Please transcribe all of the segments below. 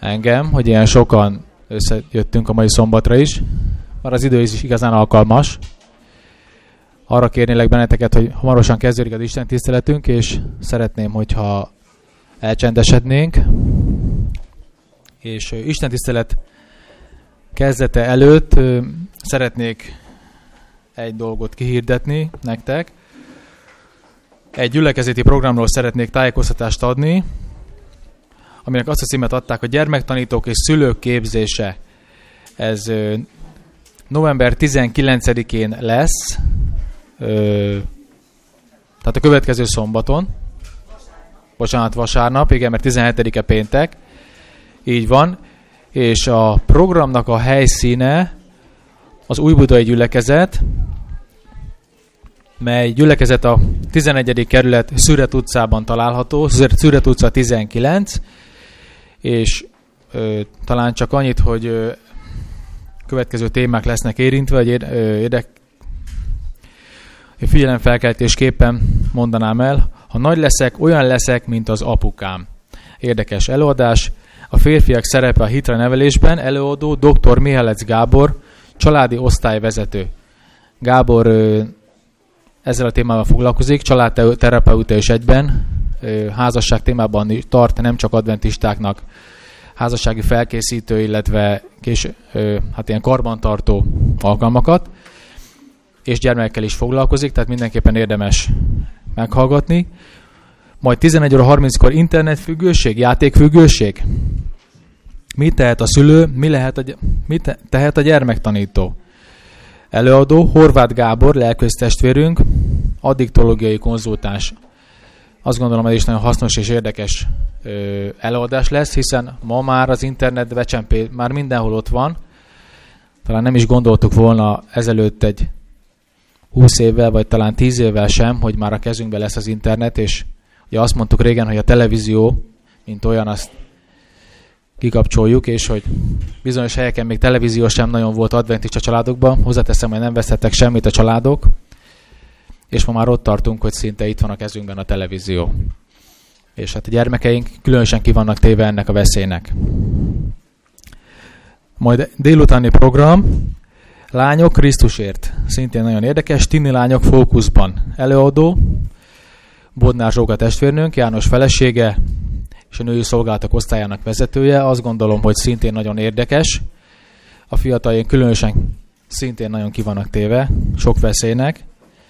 engem, hogy ilyen sokan összejöttünk a mai szombatra is. Már az idő is igazán alkalmas. Arra kérnélek benneteket, hogy hamarosan kezdődik az Isten tiszteletünk, és szeretném, hogyha elcsendesednénk. És Isten tisztelet kezdete előtt szeretnék egy dolgot kihirdetni nektek. Egy gyülekezeti programról szeretnék tájékoztatást adni, aminek azt a címet adták, hogy gyermektanítók és szülők képzése. Ez november 19-én lesz, tehát a következő szombaton, vasárnap, igen, mert 17-e péntek, így van, és a programnak a helyszíne az Újbudai gyülekezet, mely gyülekezet a 11. kerület Szüret utcában található, Szüret utca 19, és talán csak annyit, hogy következő témák lesznek érintve, vagy figyelemfelkeltésképpen mondanám el, ha nagy leszek, olyan leszek, mint az apukám. Érdekes előadás. A férfiak szerepe a hitre nevelésben, előadó dr. Mihalec Gábor, családi osztályvezető. Gábor ezzel a témával foglalkozik, családterapeuta és egyben, házasság témában tart nem csak adventistáknak házassági felkészítő, illetve ilyen karbantartó alkalmakat, és gyermekekkel is foglalkozik, tehát mindenképpen érdemes meghallgatni. Majd 11 óra 30-kor internetfüggőség, játékfüggőség. Mit tehet a szülő, mit tehet a gyermektanító? Előadó Horváth Gábor, lelkésztestvérünk, addiktológiai konzultáns. Azt gondolom, ez is nagyon hasznos és érdekes előadás lesz, hiszen ma már az internet becsempé, már mindenhol ott van. Talán nem is gondoltuk volna ezelőtt egy 20 évvel, vagy talán 10 évvel sem, hogy már a kezünkben lesz az internet, és ugye azt mondtuk régen, hogy a televízió, mint olyan, azt kikapcsoljuk, és hogy bizonyos helyeken még televízió sem nagyon volt adventista családokban. Hozzáteszem, hogy nem vesztettek semmit a családok, és ma már ott tartunk, hogy szinte itt van a kezünkben a televízió. És hát a gyermekeink különösen ki vannak téve ennek a veszélynek. Majd délutáni program, Lányok Krisztusért. Szintén nagyon érdekes, tini lányok fókuszban. Előadó, Bodnár Zsóka testvérnőnk, János felesége, és a női szolgálatok osztályának vezetője. Azt gondolom, hogy szintén nagyon érdekes. A fiataljaink különösen szintén nagyon ki vannak téve, sok veszélynek.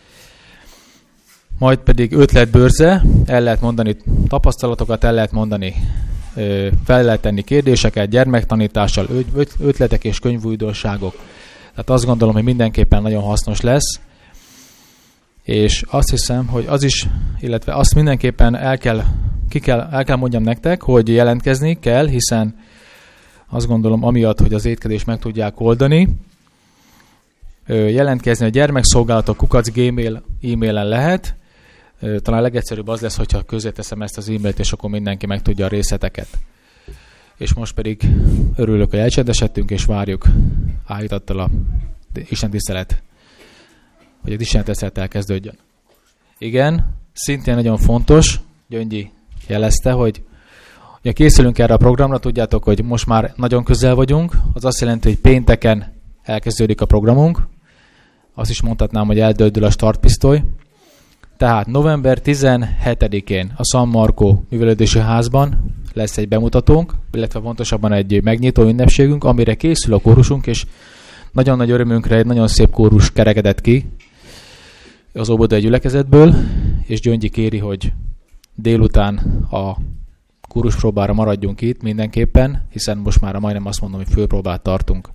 Majd pedig ötletbörze, el lehet mondani tapasztalatokat, el lehet mondani, fel lehet tenni kérdéseket, gyermektanítással, ötletek és könyvújdonságok. Tehát azt gondolom, hogy mindenképpen nagyon hasznos lesz. És azt hiszem, hogy az is, illetve azt mindenképpen el kell mondjam nektek, hogy jelentkezni kell, hiszen azt gondolom, amiatt, hogy az étkezést meg tudják oldani, jelentkezni a gyermekszolgálatok @gmail e-mailen lehet. Talán legegyszerűbb az lesz, hogyha közzéteszem ezt az e-mailt, és akkor mindenki megtudja a részleteket. És most pedig örülök, hogy elcsendesedtünk, és várjuk állítattal a istentisztelet, hogy az istentisztelet elkezdődjön. Igen, szintén nagyon fontos, Gyöngyi jelezte, hogy ugye készülünk erre a programra, tudjátok, hogy most már nagyon közel vagyunk, az azt jelenti, hogy pénteken elkezdődik a programunk, azt is mondhatnám, hogy eldöldül a startpisztoly. Tehát november 17-én a San Marco művelődési házban lesz egy bemutatónk, illetve pontosabban egy megnyitó ünnepségünk, amire készül a kórusunk, és nagyon nagy örömünkre egy nagyon szép kórus kerekedett ki az Óbudai gyülekezetből, és Gyöngyi kéri, hogy délután a kóruspróbára maradjunk itt mindenképpen, hiszen most már majdnem azt mondom, hogy főpróbát tartunk.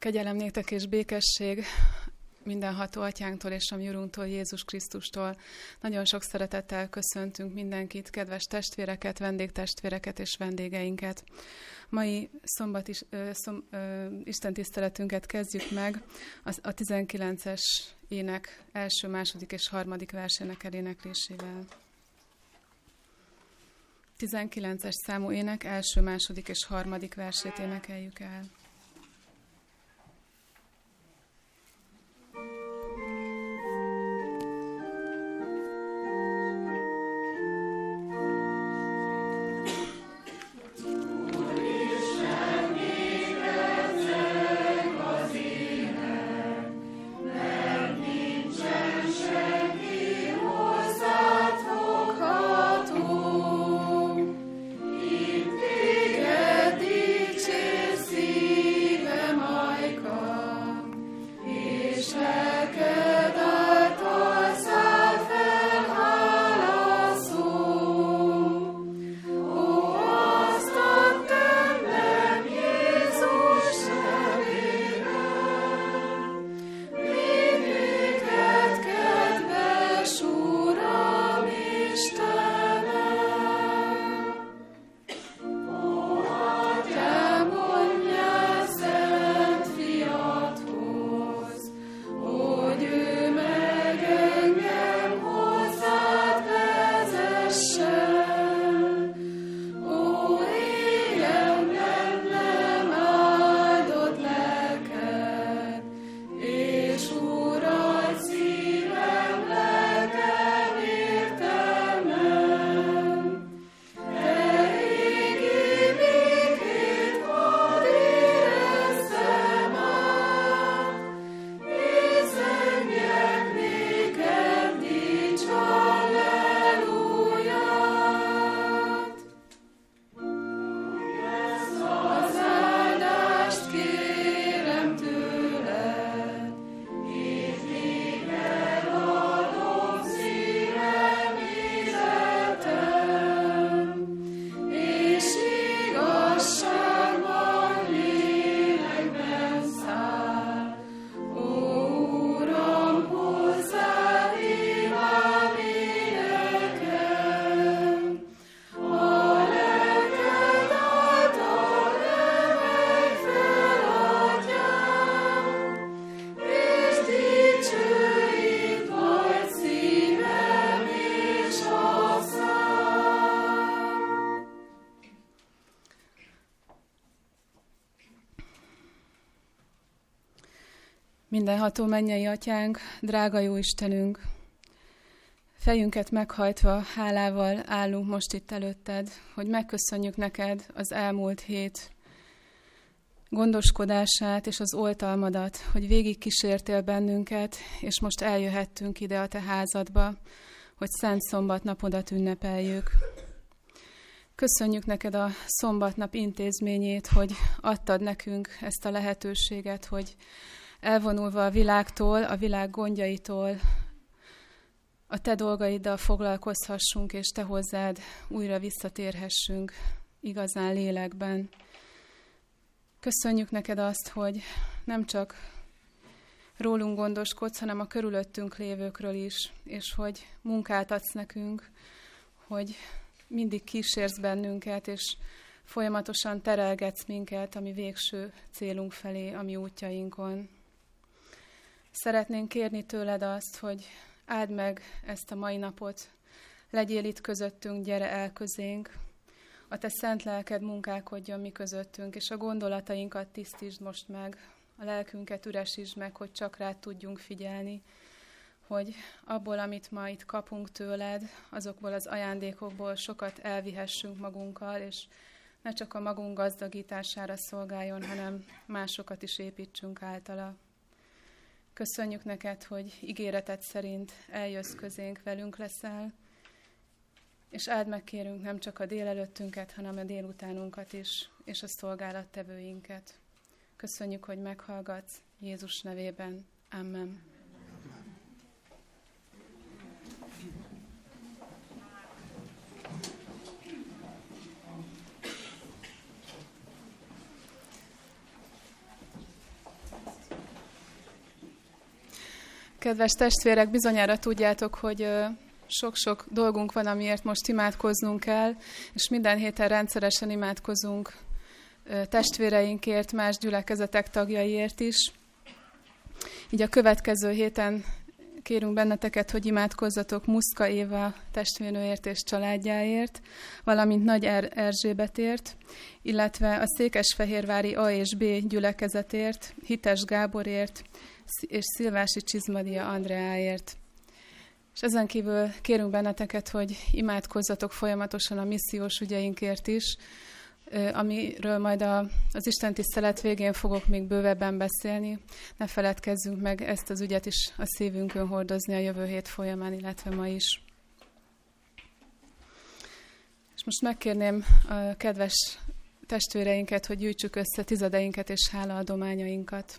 Kegyelem néktek és békesség mindenható Atyánktól és a mi Urunktól, Jézus Krisztustól. Nagyon sok szeretettel köszöntünk mindenkit, kedves testvéreket, vendégtestvéreket és vendégeinket. Mai istentiszteletünket kezdjük meg a 19-es ének első, második és harmadik versének eléneklésével. 19-es számú ének első, második és harmadik versét énekeljük el. Mindenható mennyei Atyánk, drága jó Istenünk, fejünket meghajtva hálával állunk most itt előtted, hogy megköszönjük neked az elmúlt hét gondoskodását és az oltalmadat, hogy végig kísértél bennünket, és most eljöhettünk ide a te házadba, hogy Szent Szombatnapodat ünnepeljük. Köszönjük neked a szombatnap intézményét, hogy adtad nekünk ezt a lehetőséget, hogy elvonulva a világtól, a világ gondjaitól, a te dolgaiddal foglalkozhassunk, és te hozzád újra visszatérhessünk igazán lélekben. Köszönjük neked azt, hogy nem csak rólunk gondoskodsz, hanem a körülöttünk lévőkről is, és hogy munkát adsz nekünk, hogy mindig kísérsz bennünket, és folyamatosan terelgetsz minket a mi végső célunk felé, a mi útjainkon. Szeretnénk kérni tőled azt, hogy áld meg ezt a mai napot, legyél itt közöttünk, gyere el közénk, a te szent lelked munkálkodjon mi közöttünk, és a gondolatainkat tisztítsd most meg, a lelkünket üresítsd meg, hogy csak rád tudjunk figyelni, hogy abból, amit ma itt kapunk tőled, azokból az ajándékokból sokat elvihessünk magunkkal, és ne csak a magunk gazdagítására szolgáljon, hanem másokat is építsünk általa. Köszönjük neked, hogy ígéreted szerint eljössz közénk, velünk leszel, és áld meg, kérünk, nem csak a délelőttünket, hanem a délutánunkat is, és a szolgálattevőinket. Köszönjük, hogy meghallgatsz, Jézus nevében. Amen. Kedves testvérek, bizonyára tudjátok, hogy sok-sok dolgunk van, amiért most imádkoznunk kell, és minden héten rendszeresen imádkozunk testvéreinkért, más gyülekezetek tagjaiért is. Így a következő héten kérünk benneteket, hogy imádkozzatok Muszka Éva testvérnőért és családjáért, valamint Nagy Erzsébetért, illetve a Székesfehérvári A és B gyülekezetért, Hites Gáborért és Szilvási Csizmadia Andreáért. És ezen kívül kérünk benneteket, hogy imádkozzatok folyamatosan a missziós ügyeinkért is, amiről majd az Isten tisztelet végén fogok még bővebben beszélni. Ne feledkezzünk meg ezt az ügyet is a szívünkön hordozni a jövő hét folyamán, illetve ma is. És most megkérném a kedves testvéreinket, hogy gyűjtsük össze tizedeinket és hálaadományainkat.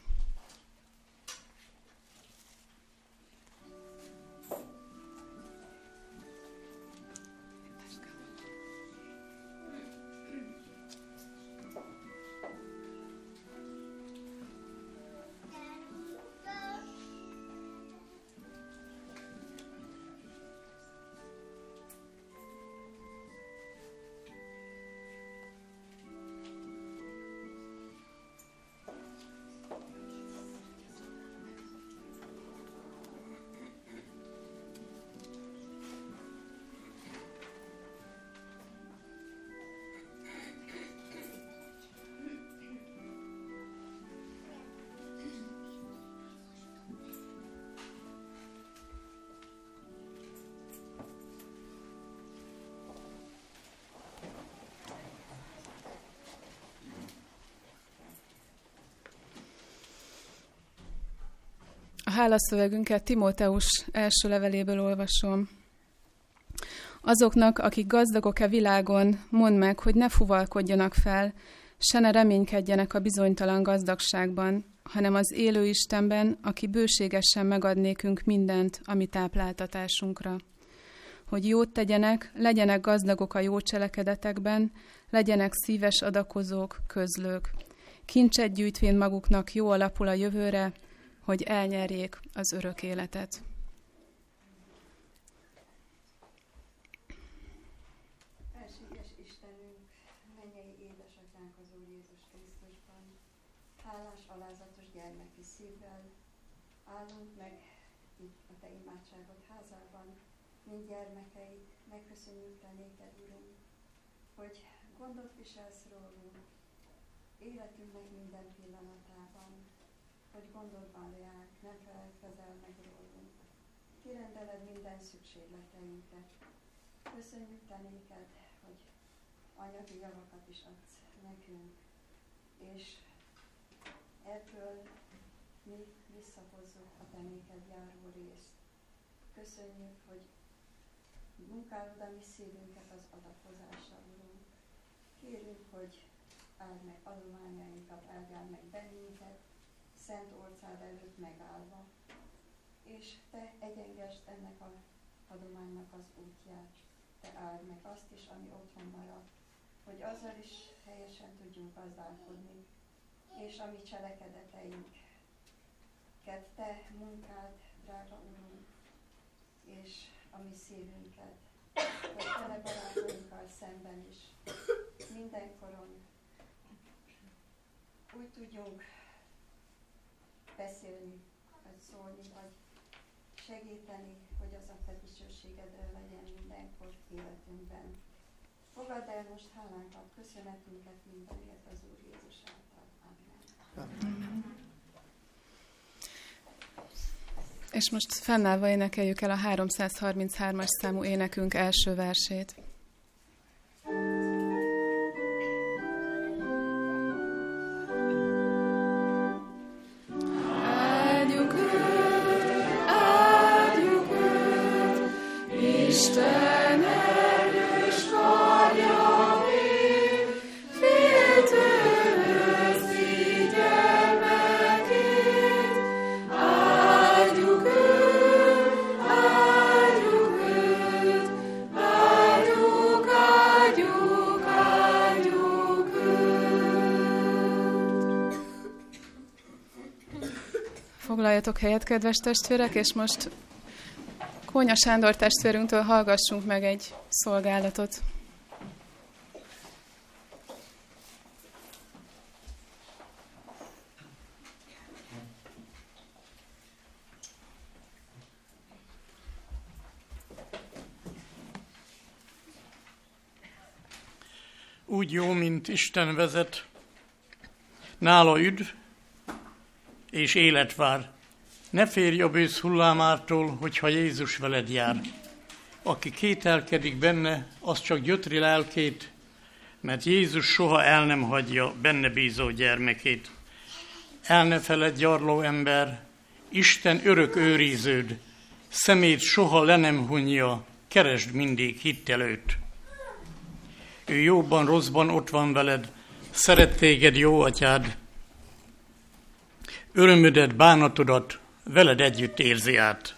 A hálaszövegünket Timóteus első leveléből olvasom. Azoknak, akik gazdagok-e világon, mondd meg, hogy ne fuvalkodjanak fel, se ne reménykedjenek a bizonytalan gazdagságban, hanem az élő Istenben, aki bőségesen megad nékünk mindent, ami tápláltatásunkra. Hogy jót tegyenek, legyenek gazdagok a jó cselekedetekben, legyenek szíves adakozók, közlők. Kincset gyűjtvén maguknak jó alapul a jövőre, hogy elnyerjék az örök életet. Felséges Istenünk, mennyei édesatyánk az Úr Jézus Krisztusban, hálás, alázatos gyermeki szívvel állunk meg itt a Te imádságod házában, mint gyermekeid, megköszönjük Te néked, Urunk, hogy gondot viselsz rólunk, életünknek minden pillanatában, hogy gondodban jár, nem feledkezel meg rólunk. Kirendeled minden szükségleteinket. Köszönjük Te néked, hogy anyagi javakat is adsz nekünk, és ebből mi visszahozzuk a Te néked járó részt. Köszönjük, hogy munkálod a mi szívünket az adakozásra, Urunk. Kérünk, hogy áld meg adományainkat, áldjál meg bennünket, szent orcád előtt megállva, és Te egyengesd ennek az adománynak az útját. Te áld meg azt is, ami otthon maradt, hogy azzal is helyesen tudjunk gazdálkodni, és a mi cselekedeteinket Te munkád, drága Urunk, és a mi szívünket, hogy tele barátainkkal szemben is mindenkoron úgy tudjunk beszélni, vagy szólni, vagy segíteni, hogy az a Te dicsőségedre legyen mindenkor életünkben. Fogadd el most hálánkat, köszönetünket mindenért az Úr Jézus által. Amen. És most fennállva énekeljük el a 333-as számú énekünk első versét. Áldjuk Foglaljatok helyet, kedves testvérek, és most Kónya Sándor testvérünktől hallgassunk meg egy szolgálatot. Úgy jó, mint Isten vezet, nála üdv és élet vár. Ne férj a bősz hullámártól, hogyha Jézus veled jár. Aki kételkedik benne, az csak gyötri lelkét, mert Jézus soha el nem hagyja benne bízó gyermekét. El ne feledd, gyarló ember, Isten örök őriződ, szemét soha le nem hunja, keresd mindig hittelőt. Ő jóban, rosszban ott van veled, szeret téged jó atyád, örömödet, bánatodat veled együtt érzi át.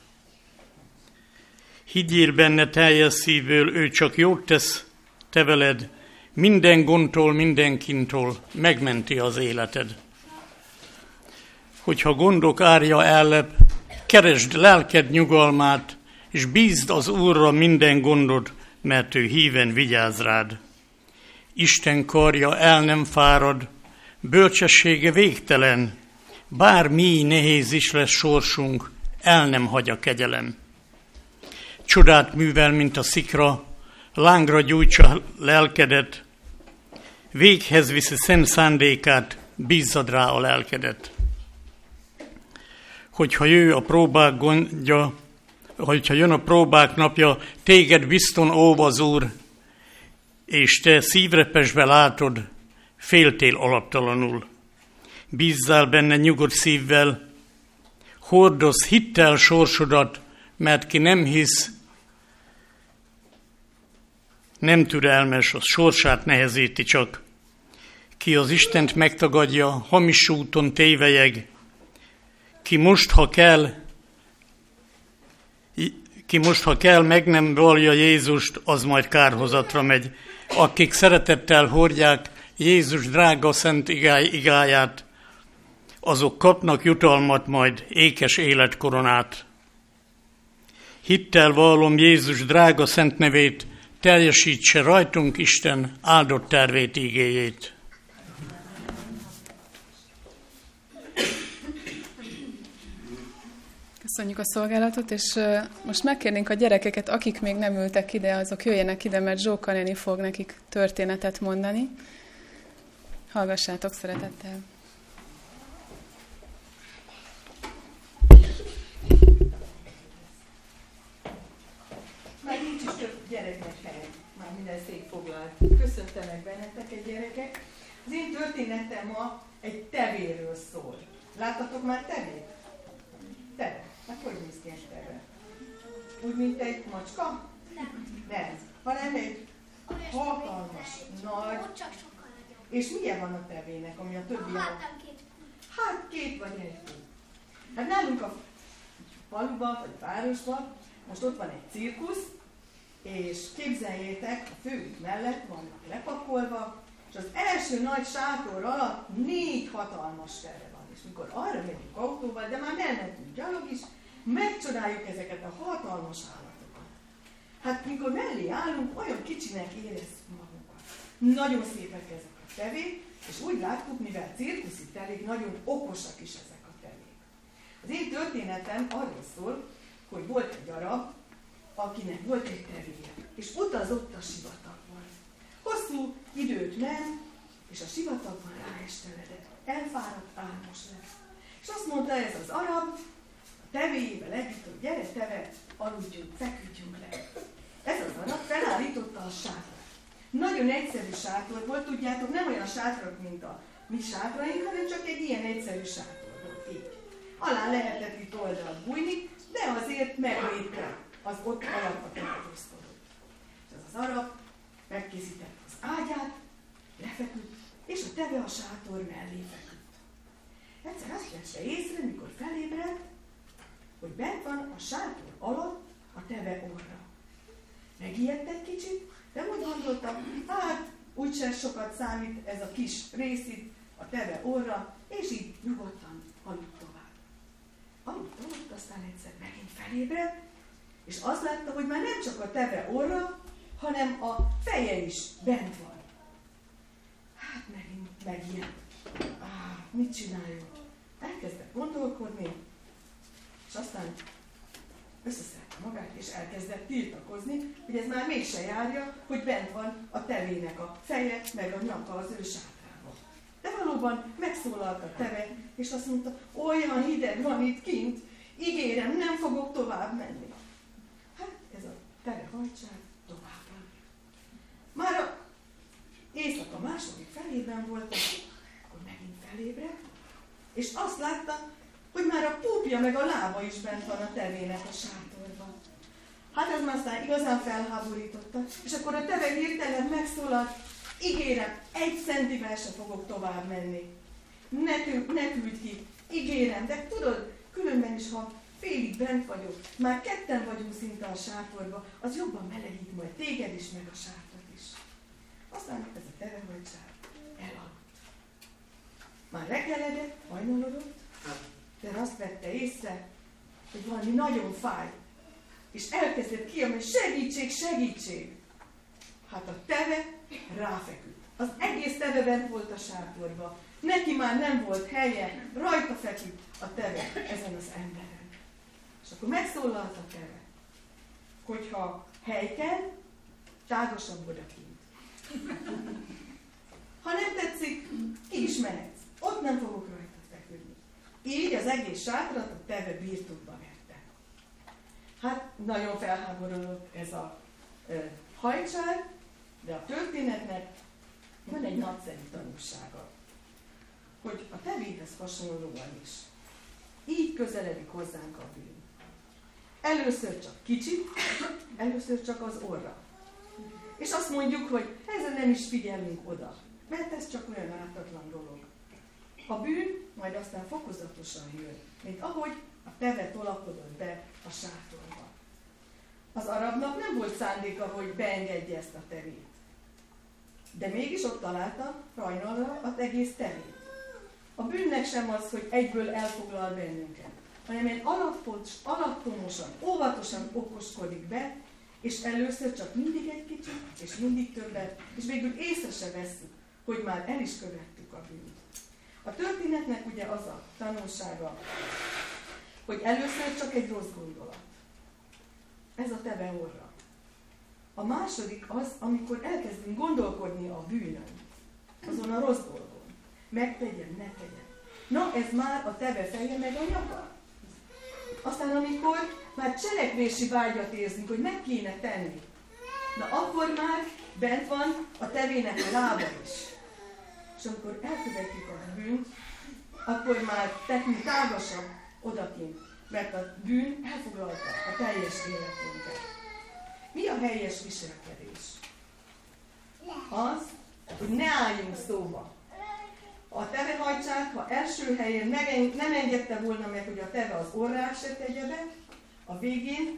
Higgyél benne teljes szívből, ő csak jót tesz, te veled, minden gondtól, mindenkintól megmenti az életed. Hogyha gondok árja ellep, keresd lelked nyugalmát, és bízd az Úrra minden gondod, mert ő híven vigyáz rád. Isten karja el nem fárad, bölcsessége végtelen, bármi nehéz is lesz sorsunk, el nem hagy a kegyelem. Csodát művel, mint a szikra, lángra gyújtsa lelkedet, véghez viszi szent szándékát, bízzad rá a lelkedet. Hogyha jön a próbák napja, téged bizton óv az Úr, és te szívrepesbe látod, féltél alaptalanul. Bízzál benne nyugodt szívvel, hordozz hittel sorsodat, mert ki nem hisz, nem türelmes, az sorsát nehezíti csak. Ki az Istent megtagadja, hamis úton tévelyeg, ki most, ha kell, meg nem vallja Jézust, az majd kárhozatra megy. Akik szeretettel hordják Jézus drága szent igáját, azok kapnak jutalmat majd, ékes életkoronát. Hittel vallom Jézus drága szent nevét, teljesítse rajtunk Isten áldott tervét, ígéjét. Köszönjük a szolgálatot, és most megkérnénk a gyerekeket, akik még nem ültek ide, azok jöjjenek ide, mert Zsóka néni fog nekik történetet mondani. Hallgassátok szeretettel. Már nincs is több gyereknek hely, már minden szék foglalt. Köszöntelek benneteket, gyerekek. Az én történetem ma egy tevéről szól. Láttatok már tevét? Teve. Hát hogy néz ki egy teve? Úgy, mint egy macska? Nem. Hanem egy hatalmas, nagy... És milyen van a tevének, ami a többi... Hát 2 vagy 1 fő. Hát nálunk a faluban, vagy városban, most ott van egy cirkusz, és képzeljétek, a főút mellett vannak lepakolva, és az első nagy sátor alatt 4 hatalmas teve van. És mikor arra megyünk autóval, de már elmentünk gyalog is, megcsodáljuk ezeket a hatalmas állatokat. Hát mikor mellé állunk, olyan kicsinek érezzük magunkat. Nagyon szépek ezek a tevék, és úgy láttuk, mivel cirkuszi tevék, nagyon okosak is ezek a tevék. Az én történetem arról szól, hogy volt egy arab, akinek volt egy tevéje, és utazott a sivatagban. Hosszú időt ment, és a sivatagban ráesteledett. Elfáradt, álmos lett. És azt mondta ez az arab, a tevéjével együtt, hogy gyere teve, aludjunk, feküdjünk le. Ez az arab felállította a sátrat. Nagyon egyszerű sátor volt, tudjátok, nem olyan sátrak, mint a mi sátraink, hanem csak egy ilyen egyszerű sátor volt így. Alá lehetett itt oldalt bújni, de azért megvédte az ott alatt a tartózkodót. És az arab megkészített az ágyát, lefeküdt, és a teve a sátor mellé feküdt. Egyszer azt vette észre, mikor felébredt, hogy bent van a sátor alatt a teve orra. Megijedt egy kicsit, de úgy gondoltam, hát úgyse sokat számít ez a kis rész itt, a teve orra, és így nyugodtan aludt tovább. Aludt aztán egyszer megint felébredt, és azt látta, hogy már nem csak a teve orra, hanem a feje is bent van. Hát megint megijedt. Mit csináljon? Elkezdett gondolkodni, és aztán összeszedte magát, és elkezdett tiltakozni, hogy ez már mégse járja, hogy bent van a tevének a feje, meg a nyaka az ő sátrában. De valóban megszólalt a teve, és azt mondta, olyan hideg van itt kint, ígérem, nem fogok tovább menni. Hát ez a teve hajtság tovább van. Már a éjszaka második felében volt, akkor megint felébredt, és azt látta, hogy már a púpja meg a lába is bent van a tevének a sátorban. Hát ez már aztán igazán felháborította, és akkor a teve hirtelen megszólalt, ígérem, 1 centivel se fogok tovább menni. Ne küldj ki, ígérem, de tudod, különben is, ha félig bent vagyok, már 2 vagyunk szinte a sátorba, az jobban melegít majd téged is, meg a sátrat is. Aztán ez a tevehajtság elaludt. Már reggeledett, hajnalodott, de azt vette észre, hogy valami nagyon fáj, és elkezdett kiabálni, segítség, segítség! Hát a teve ráfeküdt. Az egész teve bent volt a sátorba. Neki már nem volt helye, rajta feküdt a teve ezen az emberen. És akkor megszólalt a teve, hogyha hely kell, tágasabb odakint. Ha nem tetszik, ki is mehetsz. Ott nem fogok rajta feküdni. Így az egész sátrat a teve birtokba vette. Hát nagyon felháborodott ez a hajtság, de a történetnek van egy nagyszerű tanulsága, hogy a tevéhez hasonlóan is így közeledik hozzánk a bűn. Először csak kicsit, először csak az orra. És azt mondjuk, hogy ezzel nem is figyelünk oda, mert ez csak olyan ártatlan dolog. A bűn majd aztán fokozatosan jön, mint ahogy a teve tolakodott be a sátorba. Az arabnak nem volt szándéka, hogy beengedje ezt a tevét. De mégis ott találta hajnalra az egész tevét. A bűnnek sem az, hogy egyből elfoglal bennünket, hanem egy alattomosan, óvatosan okoskodik be, és először csak mindig egy kicsit, és mindig többet, és végül észre se vesszük, hogy már el is követtük a bűnt. A történetnek ugye az a tanulsága, hogy először csak egy rossz gondolat. Ez a teve orra. A második az, amikor elkezdünk gondolkodni a bűnön, azon a rossz dolgon. Megtegyem, ne tegyem. Na, ez már a teve feje meg a nyaka. Aztán amikor már cselekvési vágyat érzünk, hogy meg kéne tenni, na akkor már bent van a tevének a lába is. És amikor elkövetjük a bűnt, akkor már tekünk tágasabb odakint, mert a bűn elfoglalta a teljes életünket. Mi a helyes viselkedés? Az, hogy ne álljunk szóba. A tevehajtság, ha első helyen nem engedte volna meg, hogy a teve az orrát se tegye be, a végén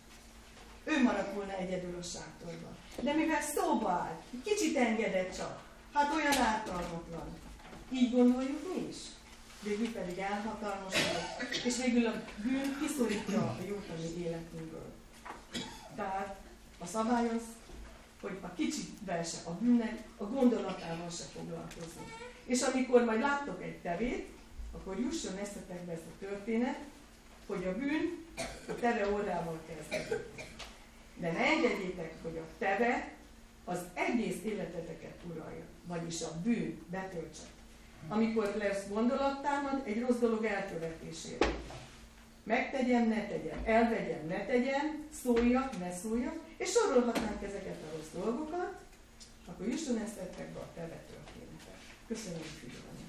ő maradt volna egyedül a sátorban. De mivel szóba áll, kicsit engedett csak, hát olyan ártalmatlan. Így gondoljuk mi is. Végül pedig elhatalmasodott, és végül a bűn kiszorítja a jótani életünkből. Tehát a szabály az, hogy a kicsivel se, a bűnnek a gondolatával se foglalkozni. És amikor majd láttok egy tevét, akkor jusson eszetekbe ez a történet, hogy a bűn a teve orrával kezdődik. De ne engedjétek, hogy a teve az egész életeteket uralja, vagyis a bűn betöltse. Amikor lesz gondolattámad egy rossz dolog elkövetésére. Megtegyem, ne tegyem, elvegyem, ne tegyem, szóljak, ne szóljak, és sorolhatnánk ezeket a rossz dolgokat, akkor jusson eszetekbe a teve története. Köszönöm a figyelmet.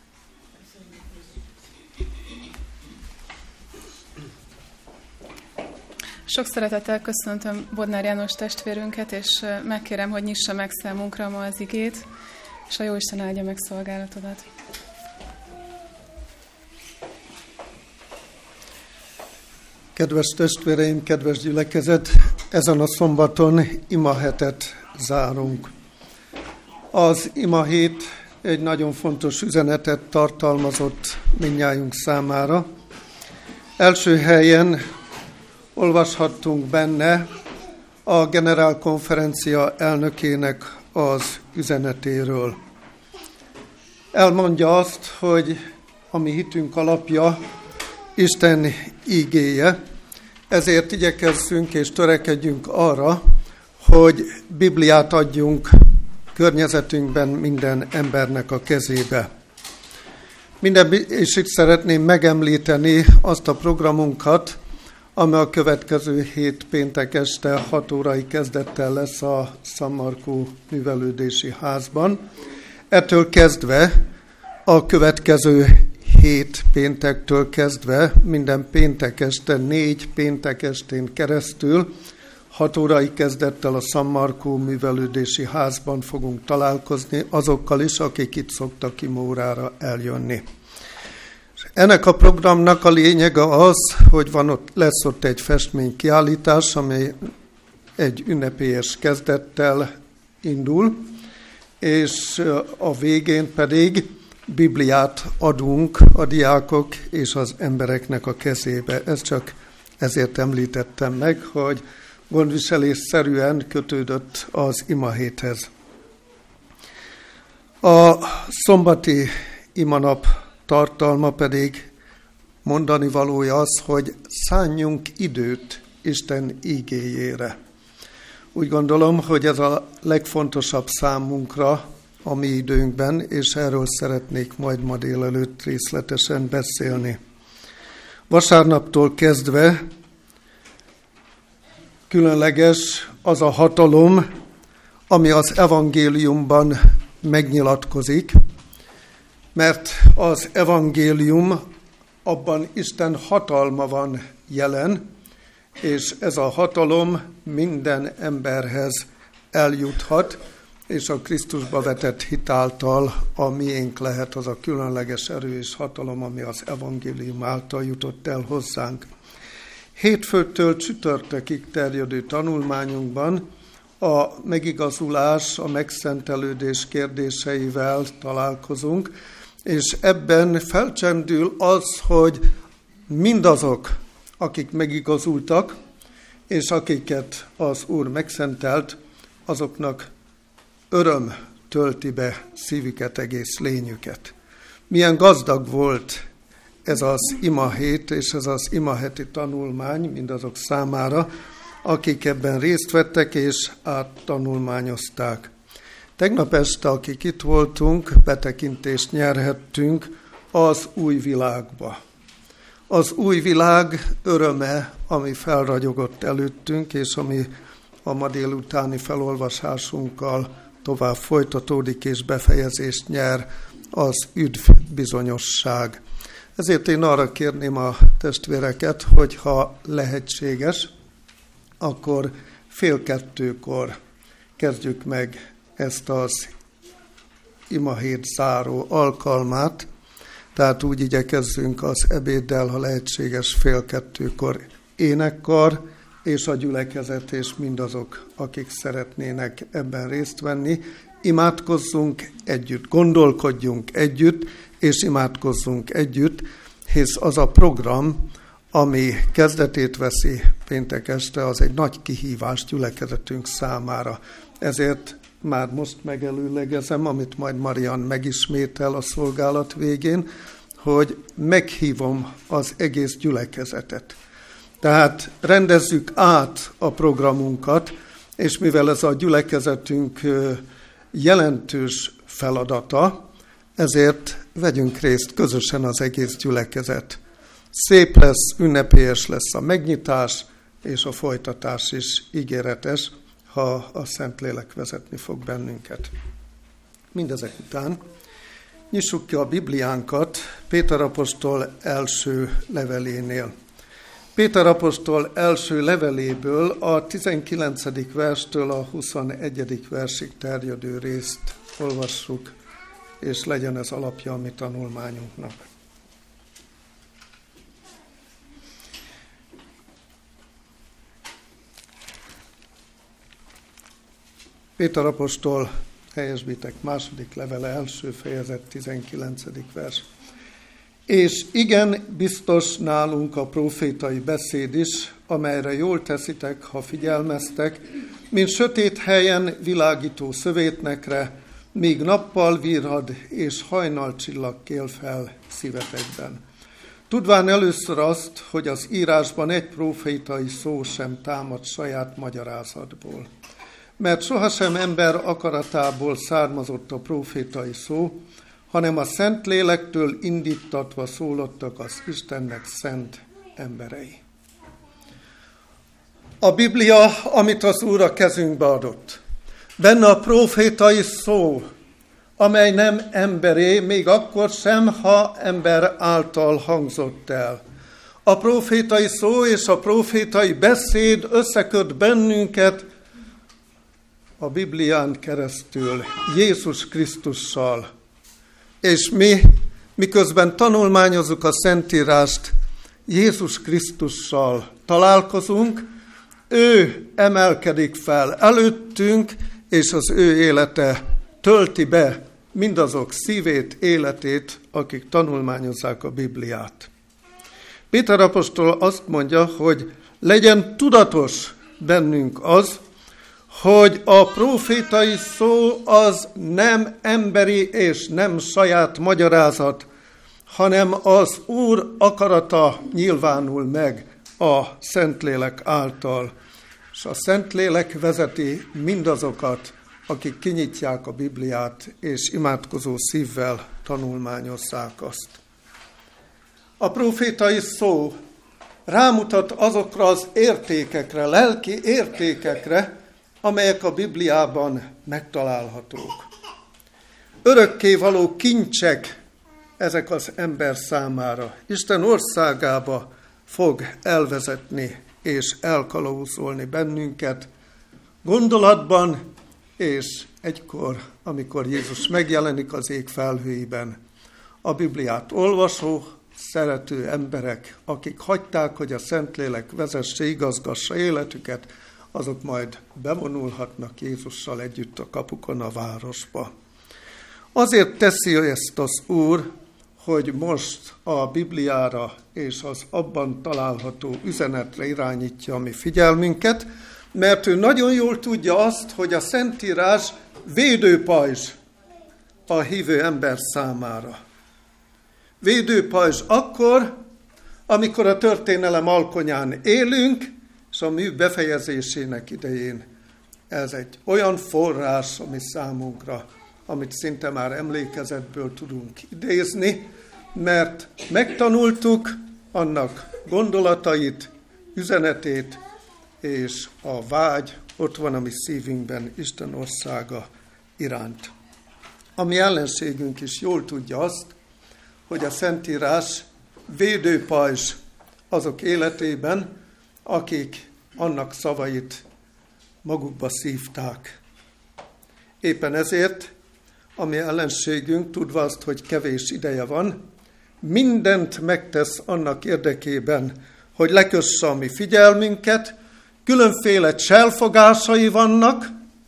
Sok szeretettel köszöntöm Bodnár János testvérünket, és megkérem, hogy nyissa meg számunkra ma az igét, és a Jóisten áldja meg szolgálatodat. Kedves testvéreim, kedves gyülekezet, ezen a szombaton imahetet zárunk. Az imahét egy nagyon fontos üzenetet tartalmazott mindnyájunk számára. Első helyen olvashattunk benne a generálkonferencia elnökének az üzenetéről. Elmondja azt, hogy a mi hitünk alapja Isten ígéje, ezért igyekezzünk és törekedjünk arra, hogy Bibliát adjunk környezetünkben minden embernek a kezébe. És itt szeretném megemlíteni azt a programunkat, ami a következő hét péntek este 6 órai kezdettel lesz a San Marco művelődési házban. Ettől kezdve a következő 7 péntektől kezdve minden péntek este 4 péntek estén keresztül 6 órai kezdettel a San Marco művelődési házban fogunk találkozni azokkal is, akik itt szoktak imórára eljönni. Ennek a programnak a lényege az, hogy lesz ott egy festménykiállítás, ami egy ünnepélyes kezdettel indul, és a végén pedig Bibliát adunk a diákok és az embereknek a kezébe. Ezt csak ezért említettem meg, hogy gondviselésszerűen kötődött az imahéthez. A szombati imanap tartalma pedig mondani valója az, hogy szánjunk időt Isten ígéjére. Úgy gondolom, hogy ez a legfontosabb számunkra a mi időnkben, és erről szeretnék majd ma délelőtt részletesen beszélni. Vasárnaptól kezdve különleges az a hatalom, ami az evangéliumban megnyilatkozik, mert az evangélium, abban Isten hatalma van jelen, és ez a hatalom minden emberhez eljuthat, és a Krisztusba vetett hit által a miénk lehet az a különleges erő és hatalom, ami az evangélium által jutott el hozzánk. Hétfőtől csütörtökig terjedő tanulmányunkban a megigazulás, a megszentelődés kérdéseivel találkozunk, és ebben felcsendül az, hogy mindazok, akik megigazultak, és akiket az Úr megszentelt, azoknak öröm tölti be szívüket, egész lényüket. Milyen gazdag volt ez az imahét, és ez az imaheti tanulmány mindazok számára, akik ebben részt vettek és áttanulmányozták. Tegnap este, akik itt voltunk, betekintést nyerhettünk az új világba. Az új világ öröme, ami felragyogott előttünk, és ami a ma délutáni felolvasásunkkal tovább folytatódik és befejezést nyer, az üdvbizonyosság. Ezért én arra kérném a testvéreket, hogy ha lehetséges, akkor 1:30 kezdjük meg ezt az imahét záró alkalmát, tehát úgy igyekezzünk az ebéddel, ha lehetséges 1:30 énekkar, és a gyülekezet és mindazok, akik szeretnének ebben részt venni. Imádkozzunk együtt, gondolkodjunk együtt, és imádkozzunk együtt, hisz az a program, ami kezdetét veszi péntek este, az egy nagy kihívás gyülekezetünk számára. Ezért már most megelőlegezem, amit majd Marian megismétel a szolgálat végén, hogy meghívom az egész gyülekezetet. Tehát rendezzük át a programunkat, és mivel ez a gyülekezetünk jelentős feladata, ezért vegyünk részt közösen az egész gyülekezet. Szép lesz, ünnepélyes lesz a megnyitás, és a folytatás is ígéretes, ha a Szentlélek vezetni fog bennünket. Mindezek után nyissuk ki a Bibliánkat Péter apostol első levelénél. Péter apostol első leveléből a 19. verstől a 21. versig terjedő részt olvassuk, és legyen ez alapja a mi tanulmányunknak. Péter apostol, helyesbítek, második levele, első fejezet, 19. vers. És igen, biztos nálunk a profétai beszéd is, amelyre jól teszitek, ha figyelmeztek, mint sötét helyen világító szövétnekre, míg nappal virrad és hajnalcsillag kél fel szívetekben. Tudván először azt, hogy az írásban egy profétai szó sem támad saját magyarázatból. Mert sohasem ember akaratából származott a profétai szó, hanem a Szentlélektől indítatva szólottak az Istennek szent emberei. A Biblia, amit az Úr a kezünkbe adott, benne a profétai szó, amely nem emberé, még akkor sem, ha ember által hangzott el. A profétai szó és a profétai beszéd összeköt bennünket a Biblián keresztül, Jézus Krisztussal. És mi, miközben tanulmányozzuk a Szentírást, Jézus Krisztussal találkozunk, ő emelkedik fel előttünk, és az ő élete tölti be mindazok szívét, életét, akik tanulmányozzák a Bibliát. Péter apostol azt mondja, hogy legyen tudatos bennünk az, hogy a profétai szó az nem emberi és nem saját magyarázat, hanem az Úr akarata nyilvánul meg a Szentlélek által. És a Szentlélek vezeti mindazokat, akik kinyitják a Bibliát, és imádkozó szívvel tanulmányozzák azt. A profétai szó rámutat azokra az értékekre, lelki értékekre, amelyek a Bibliában megtalálhatók. Örökkévaló kincsek ezek az ember számára. Isten országába fog elvezetni és elkalauzolni bennünket gondolatban, és egykor, amikor Jézus megjelenik az ég felhőiben, a Bibliát olvasó, szerető emberek, akik hagyták, hogy a Szentlélek vezesse, igazgassa életüket, azok majd bevonulhatnak Jézussal együtt a kapukon a városba. Azért teszi ezt az Úr, hogy most a Bibliára és az abban található üzenetre irányítja a mi figyelmünket, mert ő nagyon jól tudja azt, hogy a Szentírás védőpajzs a hívő ember számára. Védőpajzs akkor, amikor a történelem alkonyán élünk, és a mű befejezésének idején ez egy olyan forrás, ami számunkra, amit szinte már emlékezetből tudunk idézni, mert megtanultuk annak gondolatait, üzenetét, és a vágy ott van a mi szívünkben Isten országa iránt. A mi ellenségünk is jól tudja azt, hogy a Szentírás védőpajzs azok életében, akik annak szavait magukba szívták. Éppen ezért a mi ellenségünk, tudva azt, hogy kevés ideje van, mindent megtesz annak érdekében, hogy lekösse a mi figyelmünket, különféle cselfogásai vannak,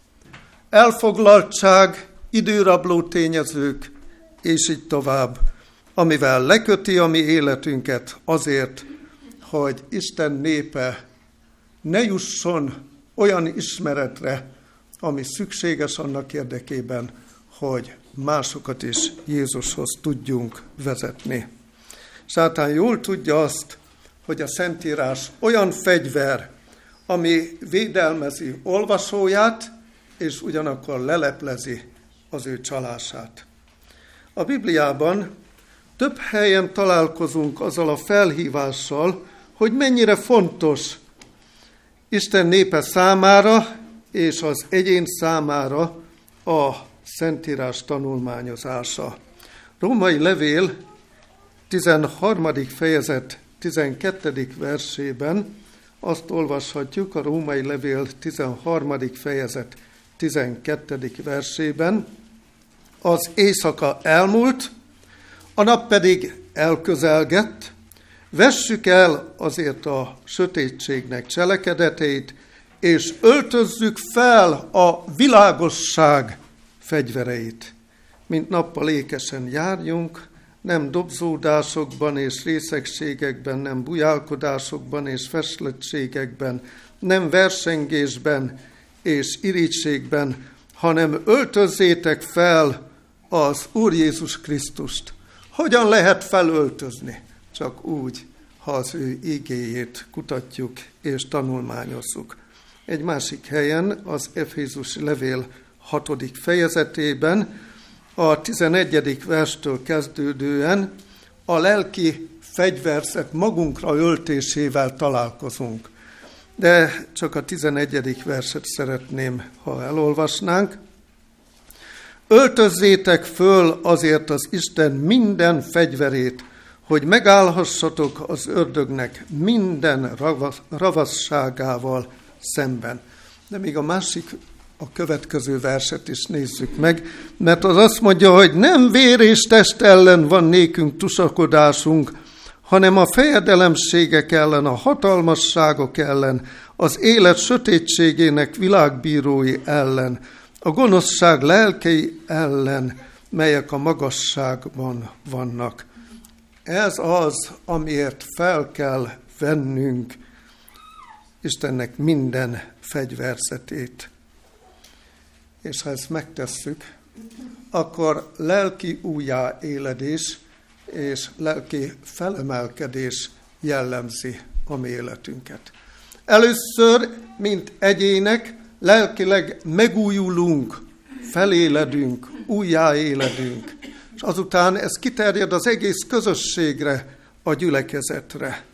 elfoglaltság, időrabló tényezők, és így tovább, amivel leköti a mi életünket azért, hogy Isten népe ne jusson olyan ismeretre, ami szükséges annak érdekében, hogy másokat is Jézushoz tudjunk vezetni. Sátán jól tudja azt, hogy a Szentírás olyan fegyver, ami védelmezi olvasóját, és ugyanakkor leleplezi az ő csalását. A Bibliában több helyen találkozunk azzal a felhívással, hogy mennyire fontos Isten népe számára és az egyén számára a Szentírás tanulmányozása. Római levél 13. fejezet 12. versében azt olvashatjuk, a Római levél 13. fejezet 12. versében, az éjszaka elmúlt, a nap pedig elközelgett, vessük el azért a sötétségnek cselekedeteit, és öltözzük fel a világosság fegyvereit, mint nappal ékesen járjunk, nem dobzódásokban és részegségekben, nem bujálkodásokban és feszültségekben, nem versengésben és irítségben, hanem öltözzétek fel az Úr Jézus Krisztust. Hogyan lehet felöltözni? Csak úgy, ha az ő igéjét kutatjuk és tanulmányozzuk. Egy másik helyen, az Efézusi levél 6. fejezetében, a 11. verstől kezdődően a lelki fegyverzet magunkra öltésével találkozunk. De csak a 11. verset szeretném, ha elolvasnánk. Öltözzétek föl azért az Isten minden fegyverét, hogy megállhassatok az ördögnek minden ravasságával szemben. De még a következő verset is nézzük meg, mert az azt mondja, hogy nem vér és test ellen van nékünk tusakodásunk, hanem a fejedelemségek ellen, a hatalmasságok ellen, az élet sötétségének világbírói ellen, a gonoszság lelkei ellen, melyek a magasságban vannak. Ez az, amiért fel kell vennünk Istennek minden fegyverzetét. És ha ezt megtesszük, akkor lelki újjáéledés és lelki felemelkedés jellemzi a mi életünket. Először, mint egyének, lelkileg megújulunk, feléledünk, újjáéledünk, és azután ez kiterjed az egész közösségre, a gyülekezetre.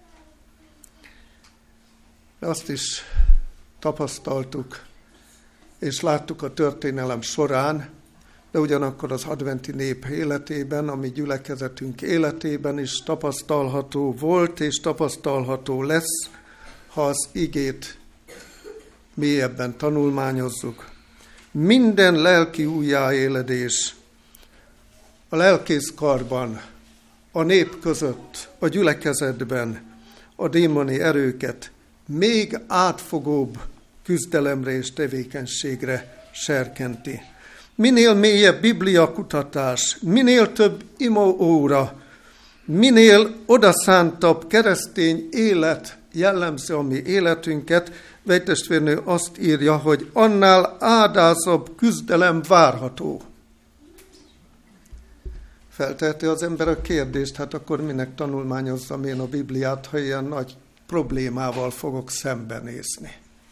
Azt is tapasztaltuk, és láttuk a történelem során, de ugyanakkor az adventi nép életében, a mi gyülekezetünk életében is tapasztalható volt, és tapasztalható lesz, ha az igét mélyebben tanulmányozzuk. Minden lelki újjáéledés a lelkészkarban, a nép között, a gyülekezetben a démoni erőket még átfogóbb küzdelemre és tevékenységre serkenti. Minél mélyebb bibliakutatás, minél több imaóra, minél odaszántabb keresztény élet jellemzi a mi életünket, vejtestvérnő azt írja, hogy annál áldázabb küzdelem várható. Felteheti az ember a kérdést, hát akkor minek tanulmányozzam én a Bibliát, ha ilyen nagy problémával fogok szembenézni.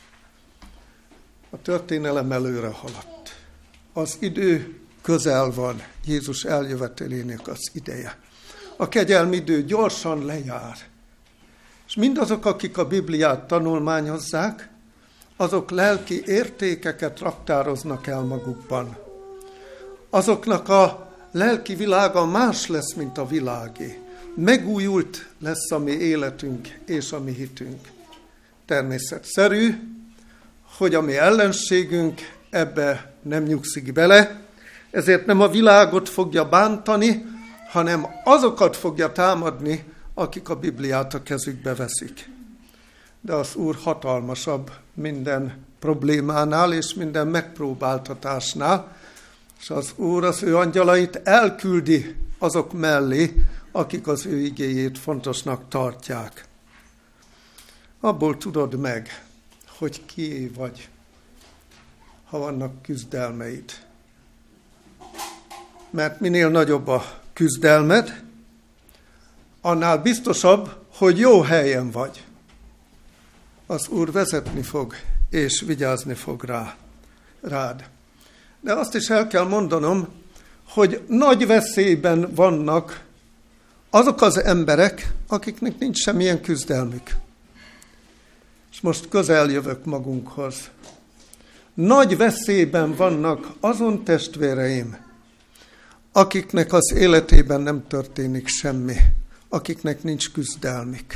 A történelem előre haladt. Az idő közel van, Jézus eljövetelének az ideje. A kegyelmi idő gyorsan lejár. És mindazok, akik a Bibliát tanulmányozzák, azok lelki értékeket raktároznak el magukban. Azoknak a lelki világa más lesz, mint a világé. Megújult lesz a mi életünk és a mi hitünk. Természetszerű, hogy a mi ellenségünk ebbe nem nyugszik bele, ezért nem a világot fogja bántani, hanem azokat fogja támadni, akik a Bibliát a kezükbe veszik. De az Úr hatalmasabb minden problémánál és minden megpróbáltatásnál, és az Úr az ő angyalait elküldi azok mellé, akik az ő igéjét fontosnak tartják. Abból tudod meg, hogy kié vagy, ha vannak küzdelmeid. Mert minél nagyobb a küzdelmed, annál biztosabb, hogy jó helyen vagy. Az Úr vezetni fog, és vigyázni fog rád. De azt is el kell mondanom, hogy nagy veszélyben vannak azok az emberek, akiknek nincs semmilyen küzdelmük. És most közel jövök magunkhoz. Nagy veszélyben vannak azon testvéreim, akiknek az életében nem történik semmi, akiknek nincs küzdelmük.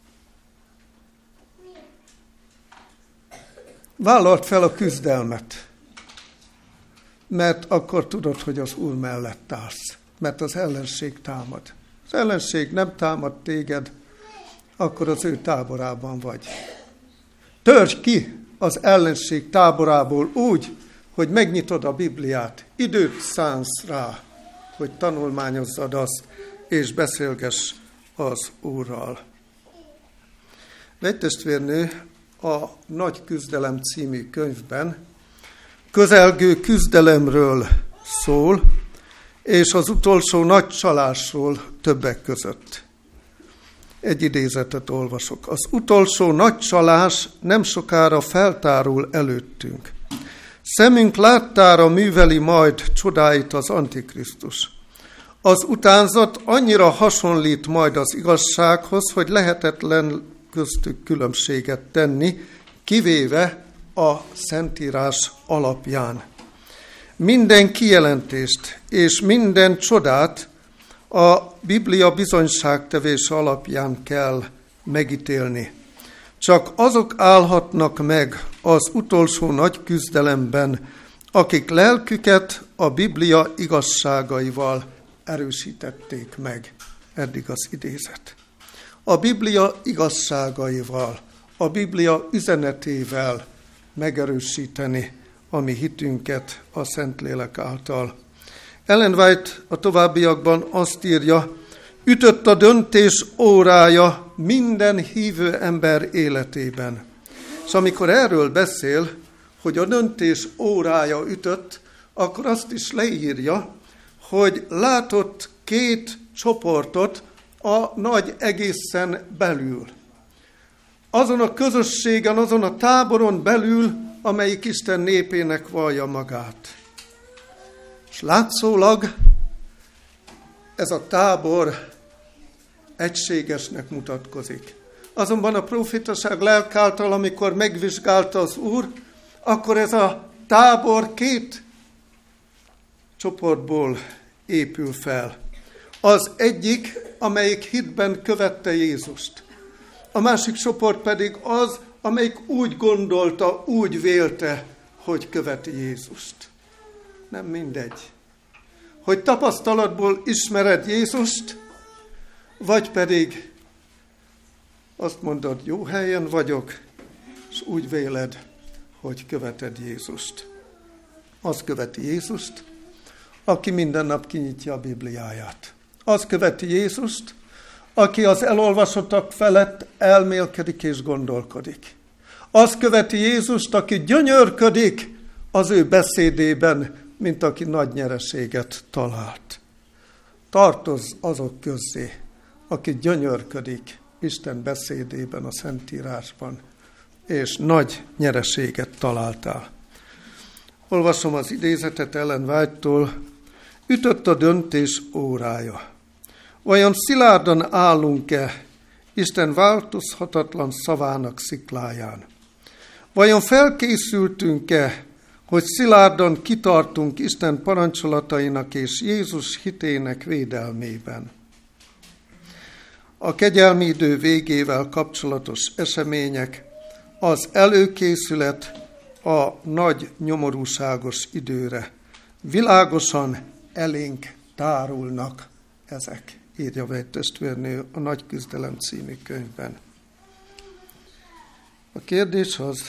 Vállald fel a küzdelmet, mert akkor tudod, hogy az Úr mellett állsz, mert az ellenség támad. Az ellenség nem támad téged, akkor az ő táborában vagy. Törj ki az ellenség táborából úgy, hogy megnyitod a Bibliát, időt szánsz rá, hogy tanulmányozzad azt, és beszélgess az Úrral. Egy testvérnő a Nagy küzdelem című könyvben közelgő küzdelemről szól, és az utolsó nagy csalásról többek között. Egy idézetet olvasok. Az utolsó nagy csalás nem sokára feltárul előttünk. Szemünk láttára műveli majd csodáit az Antikrisztus. Az utánzat annyira hasonlít majd az igazsághoz, hogy lehetetlen köztük különbséget tenni, kivéve a Szentírás alapján. Minden kijelentést és minden csodát a Biblia bizonyságtevése alapján kell megítélni. Csak azok állhatnak meg az utolsó nagy küzdelemben, akik lelküket a Biblia igazságaival erősítették meg. Eddig az idézet. A Biblia igazságaival, a Biblia üzenetével megerősíteni a mi hitünket a Szentlélek által. Ellen White a továbbiakban azt írja, ütött a döntés órája minden hívő ember életében. És amikor erről beszél, hogy a döntés órája ütött, akkor azt is leírja, hogy látott két csoportot a nagy egészen belül. Azon a közösségen, azon a táboron belül, amelyik Isten népének vallja magát. És látszólag ez a tábor egységesnek mutatkozik. Azonban a profétaság lelk által, amikor megvizsgálta az Úr, akkor ez a tábor két csoportból épül fel. Az egyik, amelyik hitben követte Jézust. A másik csoport pedig az, amelyik úgy gondolta, úgy vélte, hogy követi Jézust. Nem mindegy. Hogy tapasztalatból ismered Jézust, vagy pedig azt mondod, jó helyen vagyok, és úgy véled, hogy követed Jézust. Az követi Jézust, aki minden nap kinyitja a Bibliáját. Az követi Jézust, aki az elolvasottak felett elmélkedik és gondolkodik. Az követi Jézust, aki gyönyörködik az ő beszédében, mint aki nagy nyereséget talált. Tartozz azok közé, aki gyönyörködik Isten beszédében, a Szentírásban, és nagy nyereséget találtál. Olvasom az idézetet Ellen White-tól. Ütött a döntés órája. Vajon szilárdan állunk-e Isten változhatatlan szavának szikláján? Vajon felkészültünk-e, hogy szilárdan kitartunk Isten parancsolatainak és Jézus hitének védelmében? A kegyelmi idő végével kapcsolatos események, az előkészület a nagy nyomorúságos időre. Világosan elénk tárulnak ezek, írja egy testvérnő a Nagy küzdelem című könyvben. A kérdés az,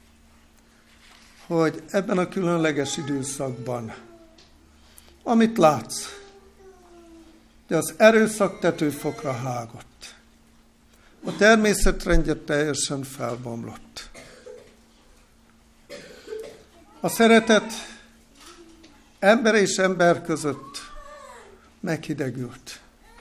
hogy ebben a különleges időszakban, amit látsz, hogy az erőszak tetőfokra hágott, a természetrendje teljesen felbomlott. A szeretet ember és ember között meghidegült.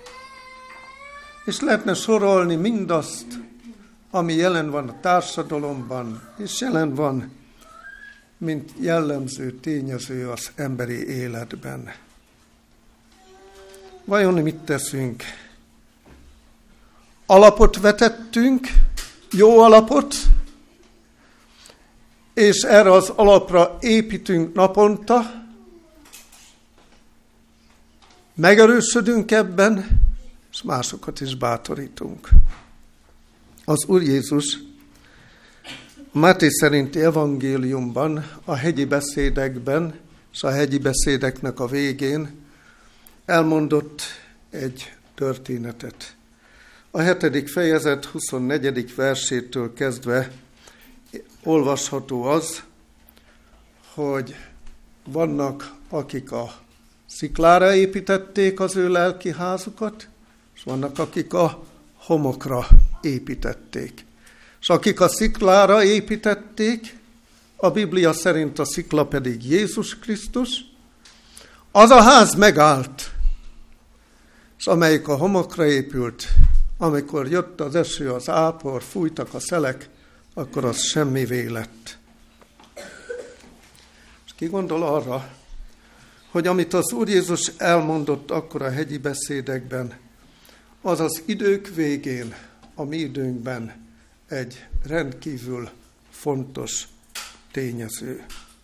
És lehetne sorolni mindazt, ami jelen van a társadalomban, és jelen van, mint jellemző tényező az emberi életben. Vajon mit teszünk? Alapot vetettünk, jó alapot, és erre az alapra építünk naponta, megerősödünk ebben, és másokat is bátorítunk. Az Úr Jézus a Máté szerinti evangéliumban, a hegyi beszédekben, és a hegyi beszédeknek a végén elmondott egy történetet. A 7. fejezet 24. versétől kezdve olvasható az, hogy vannak, akik a sziklára építették az ő lelki házukat, és vannak, akik a homokra építették. És akik a sziklára építették, a Biblia szerint a szikla pedig Jézus Krisztus, az a ház megállt, és amelyik a homokra épült, amikor jött az eső, az ápor, fújtak a szelek, akkor az semmivé lett. És ki gondol arra, hogy amit az Úr Jézus elmondott akkor a hegyi beszédekben, az az idők végén, a mi időnkben egy rendkívül fontos tényező.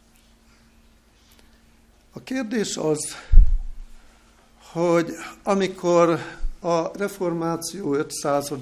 A kérdés az, hogy amikor a reformáció 500.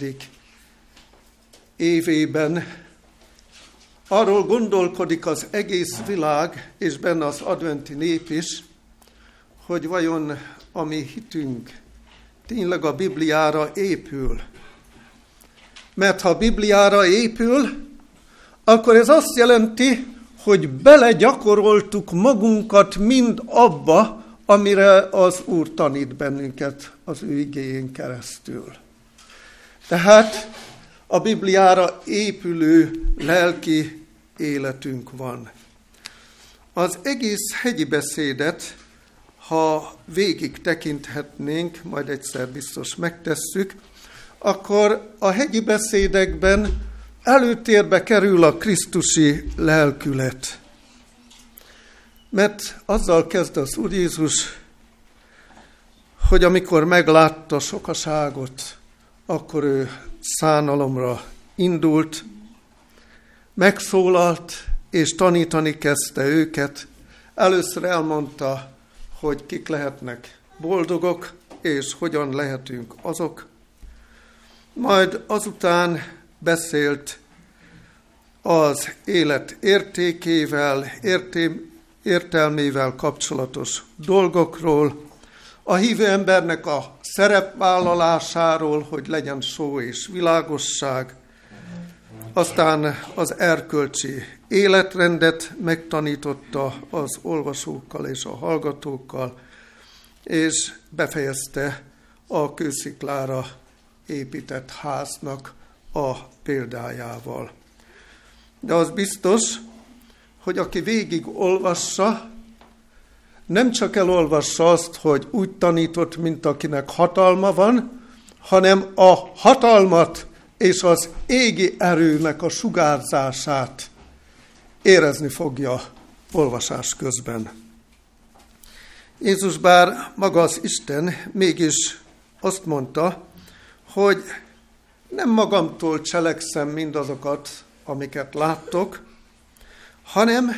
évében arról gondolkodik az egész világ, és benne az adventi nép is, hogy vajon a mi hitünk tényleg a Bibliára épül. Mert ha a Bibliára épül, akkor ez azt jelenti, hogy belegyakoroltuk magunkat mind abba, amire az Úr tanít bennünket az ő igéjén keresztül. Tehát a Bibliára épülő lelki életünk van. Az egész hegyi beszédet, ha végig tekinthetnénk, majd egyszer biztos megtesszük, akkor a hegyi beszédekben előtérbe kerül a krisztusi lelkület. Mert azzal kezd az Úr Jézus, hogy amikor meglátta sokaságot, akkor ő szánalomra indult, megszólalt és tanítani kezdte őket. Először elmondta, hogy kik lehetnek boldogok, és hogyan lehetünk azok. Majd azután beszélt az élet értékével, értelmével kapcsolatos dolgokról, a hívő embernek a szerepvállalásáról, hogy legyen szó és világosság, aztán az erkölcsi életrendet megtanította az olvasókkal és a hallgatókkal, és befejezte a kősziklára épített háznak a példájával. De az biztos, hogy aki végig olvassa, nem csak elolvassa azt, hogy úgy tanított, mint akinek hatalma van, hanem a hatalmat és az égi erőnek a sugárzását érezni fogja olvasás közben. Jézus bár maga az Isten, mégis azt mondta, hogy nem magamtól cselekszem mindazokat, amiket láttok, hanem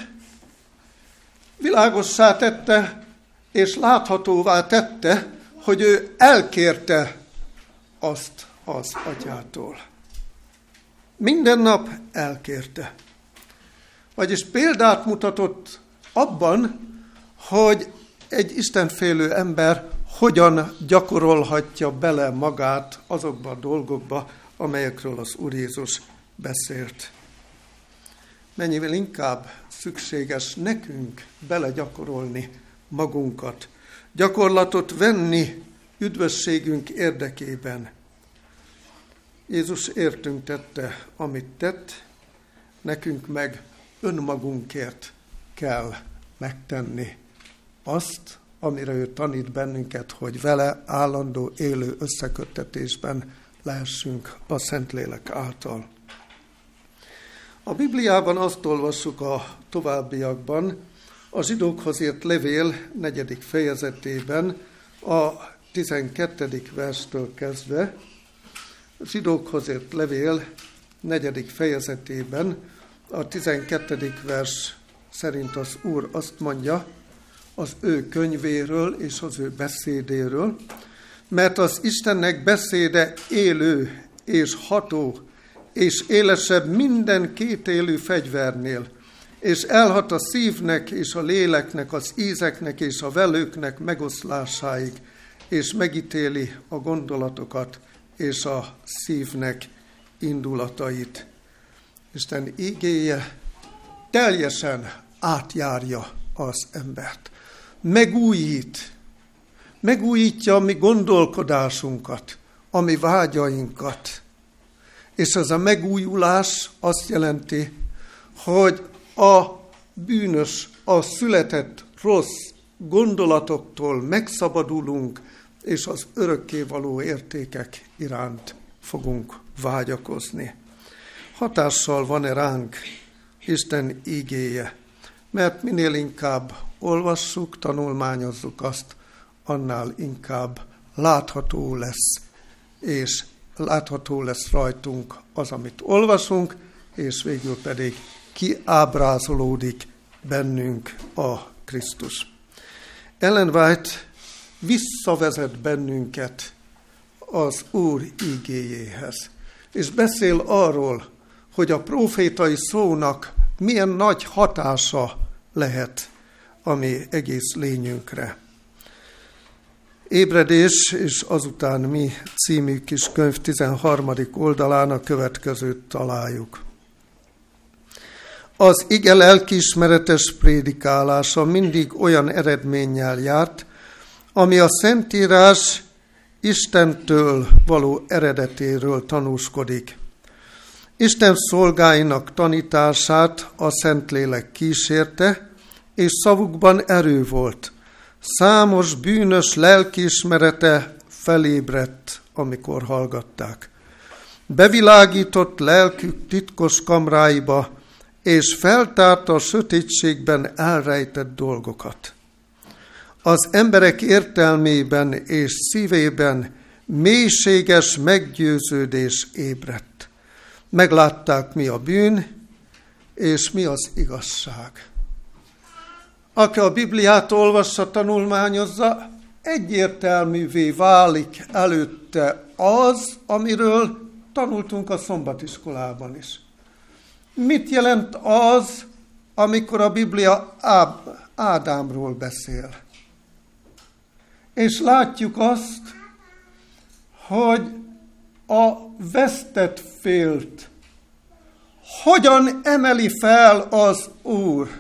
világossá tette és láthatóvá tette, hogy ő elkérte azt az Atyától. Minden nap elkérte. Vagyis példát mutatott abban, hogy egy istenfélő ember hogyan gyakorolhatja bele magát azokba a dolgokba, amelyekről az Úr Jézus beszélt. Mennyivel inkább szükséges nekünk belegyakorolni magunkat, gyakorlatot venni üdvösségünk érdekében. Jézus értünk tette, amit tett, nekünk meg önmagunkért kell megtenni azt, amire ő tanít bennünket, hogy vele állandó élő összeköttetésben lehessünk a Szentlélek által. A Bibliában azt olvassuk a továbbiakban, a zsidókhoz írt levél 4. fejezetében, a 12. verstől kezdve, a zsidókhoz írt levél 4. fejezetében, a 12. vers szerint az Úr azt mondja, az ő könyvéről és az ő beszédéről, mert az Istennek beszéde élő és ható, és élesebb minden kétélű fegyvernél, és elhat a szívnek és a léleknek, az ízeknek és a velőknek megoszlásáig, és megítéli a gondolatokat és a szívnek indulatait. Isten igéje teljesen átjárja az embert. Megújít megújítja a mi gondolkodásunkat, a mi vágyainkat. És ez a megújulás azt jelenti, hogy a bűnös, a született rossz gondolatoktól megszabadulunk, és az örökkévaló értékek iránt fogunk vágyakozni. Hatással van-e ránk Isten igéje? Mert minél inkább olvassuk, tanulmányozzuk azt, annál inkább látható lesz, és látható lesz rajtunk az, amit olvasunk, és végül pedig kiábrázolódik bennünk a Krisztus. Ellen White visszavezet bennünket az Úr igéjéhez, és beszél arról, hogy a prófétai szónak milyen nagy hatása lehet a mi egész lényünkre. Ébredés, és azután mi című kis könyv 13. oldalán a következőt találjuk. Az ige lelkiismeretes prédikálása mindig olyan eredménnyel járt, ami a Szentírás Istentől való eredetéről tanúskodik. Isten szolgáinak tanítását a Szentlélek kísérte, és szavukban erő volt. Számos bűnös lelkiismerete felébredt, amikor hallgatták. Bevilágított lelkük titkos kamráiba, és feltárta a sötétségben elrejtett dolgokat. Az emberek értelmében és szívében mélységes meggyőződés ébredt. Meglátták, mi a bűn, és mi az igazság. Aki a Bibliát olvassa, tanulmányozza, egyértelművé válik előtte az, amiről tanultunk a szombatiskolában is. Mit jelent az, amikor a Biblia Ádámról beszél? És látjuk azt, hogy a vesztett félt hogyan emeli fel az Úr.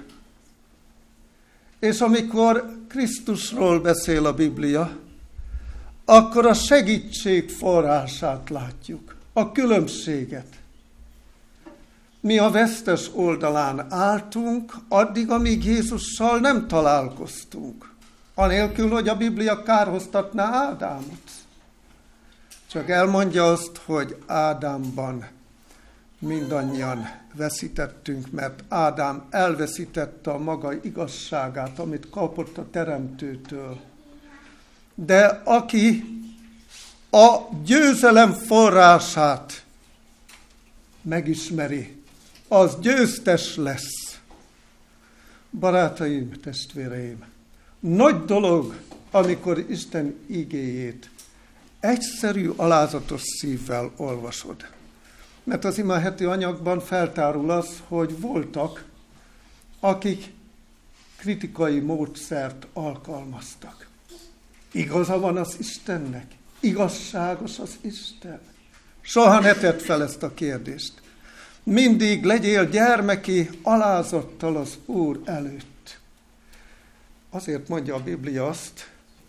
És amikor Krisztusról beszél a Biblia, akkor a segítség forrását látjuk, a különbséget. Mi a vesztes oldalán álltunk, addig, amíg Jézussal nem találkoztunk. Anélkül, hogy a Biblia kárhoztatná Ádámot. Csak elmondja azt, hogy Ádámban mindannyian veszítettünk, mert Ádám elveszítette a maga igazságát, amit kapott a Teremtőtől. De aki a győzelem forrását megismeri, az győztes lesz. Barátaim, testvéreim, nagy dolog, amikor Isten igéjét egyszerű, alázatos szívvel olvasod. Mert az ima heti anyagban feltárul az, hogy voltak, akik kritikai módszert alkalmaztak. Igaza van az Istennek? Igazságos az Isten? Soha ne tedd fel ezt a kérdést. Mindig legyél gyermeki alázattal az Úr előtt. Azért mondja a Biblia azt,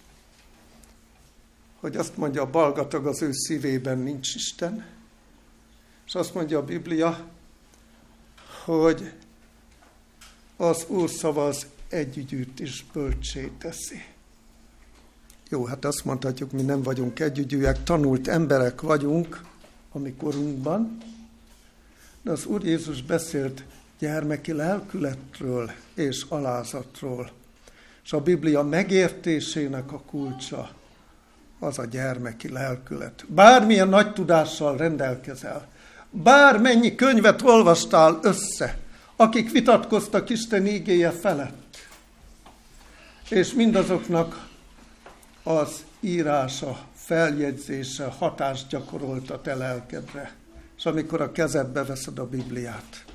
hogy azt mondja, a balgatag az ő szívében nincs Isten, és azt mondja a Biblia, hogy az Úr szava az együgyűt is bölcsé teszi. Jó, hát azt mondhatjuk, mi nem vagyunk együgyűek, tanult emberek vagyunk a mi korunkban, de az Úr Jézus beszélt gyermeki lelkületről és alázatról, és a Biblia megértésének a kulcsa az a gyermeki lelkület. Bármilyen nagy tudással rendelkezel, bármennyi könyvet olvastál össze, akik vitatkoztak Isten igéje felett, és mindazoknak az írása, feljegyzése hatást gyakorolt a te lelkedre. És amikor a kezedbe veszed a Bibliát,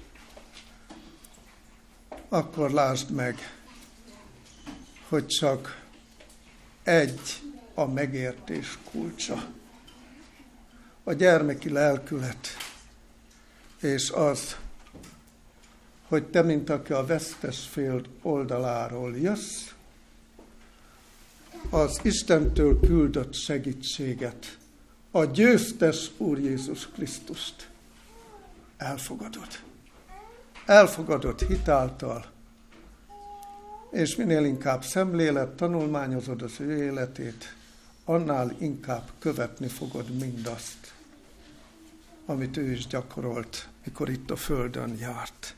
akkor lásd meg, hogy csak egy a megértés kulcsa. A gyermeki lelkület, és az, hogy te, mint aki a vesztes fél oldaláról jössz, az Istentől küldött segítséget, a győztes Úr Jézus Krisztust elfogadod. Elfogadod hitáltal, és minél inkább szemlélet, tanulmányozod az ő életét, annál inkább követni fogod mindazt, amit ő is gyakorolt, mikor itt a földön járt.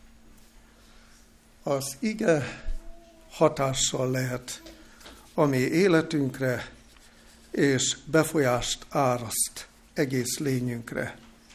Az ige hatással lehet a mi életünkre, és befolyást áraszt egész lényünkre.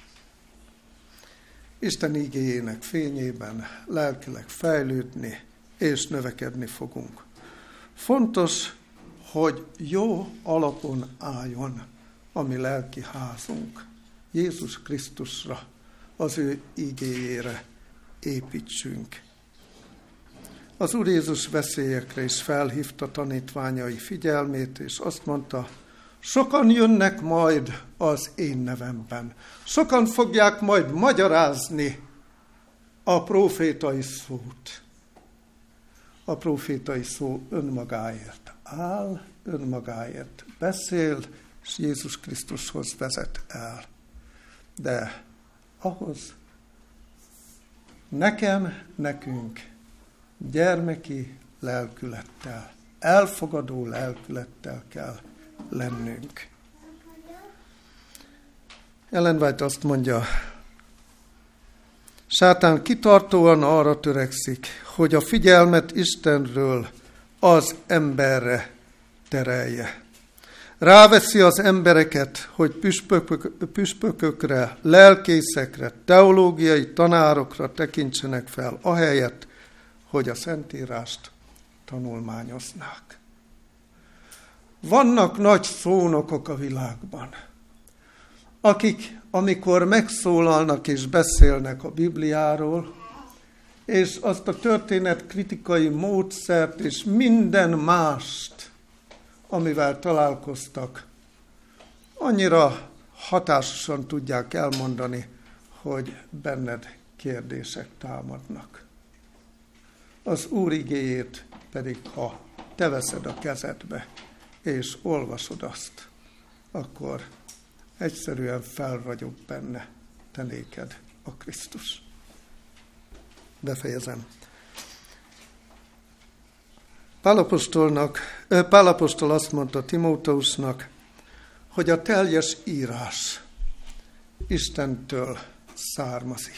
Isten igéjének fényében lelkileg fejlődni és növekedni fogunk. Fontos, hogy jó alapon álljon a mi lelki házunk. Jézus Krisztusra, az ő igéjére építsünk. Az Úr Jézus veszélyekre is felhívta tanítványai figyelmét, és azt mondta, sokan jönnek majd az én nevemben. Sokan fogják majd magyarázni a profétai szót. A profétai szó önmagáért áll, önmagáért beszél, és Jézus Krisztushoz vezet el. De ahhoz nekünk gyermeki lelkülettel, elfogadó lelkülettel kell lennünk. Ellen White azt mondja, Sátán kitartóan arra törekszik, hogy a figyelmet Istenről az emberre terelje. Ráveszi az embereket, hogy püspökökre, lelkészekre, teológiai tanárokra tekintsenek fel, ahelyett, hogy a Szentírást tanulmányoznák. Vannak nagy szónokok a világban, akik, amikor megszólalnak és beszélnek a Bibliáról, és azt a történetkritikai módszert és minden mást, amivel találkoztak, annyira hatásosan tudják elmondani, hogy benned kérdések támadnak. Az Úr igéjét pedig, ha te veszed a kezedbe, és olvasod azt, akkor egyszerűen felragyog benne te néked a Krisztus. Befejezem. Pál apostol azt mondta Timóteusnak, hogy a teljes írás Istentől származik.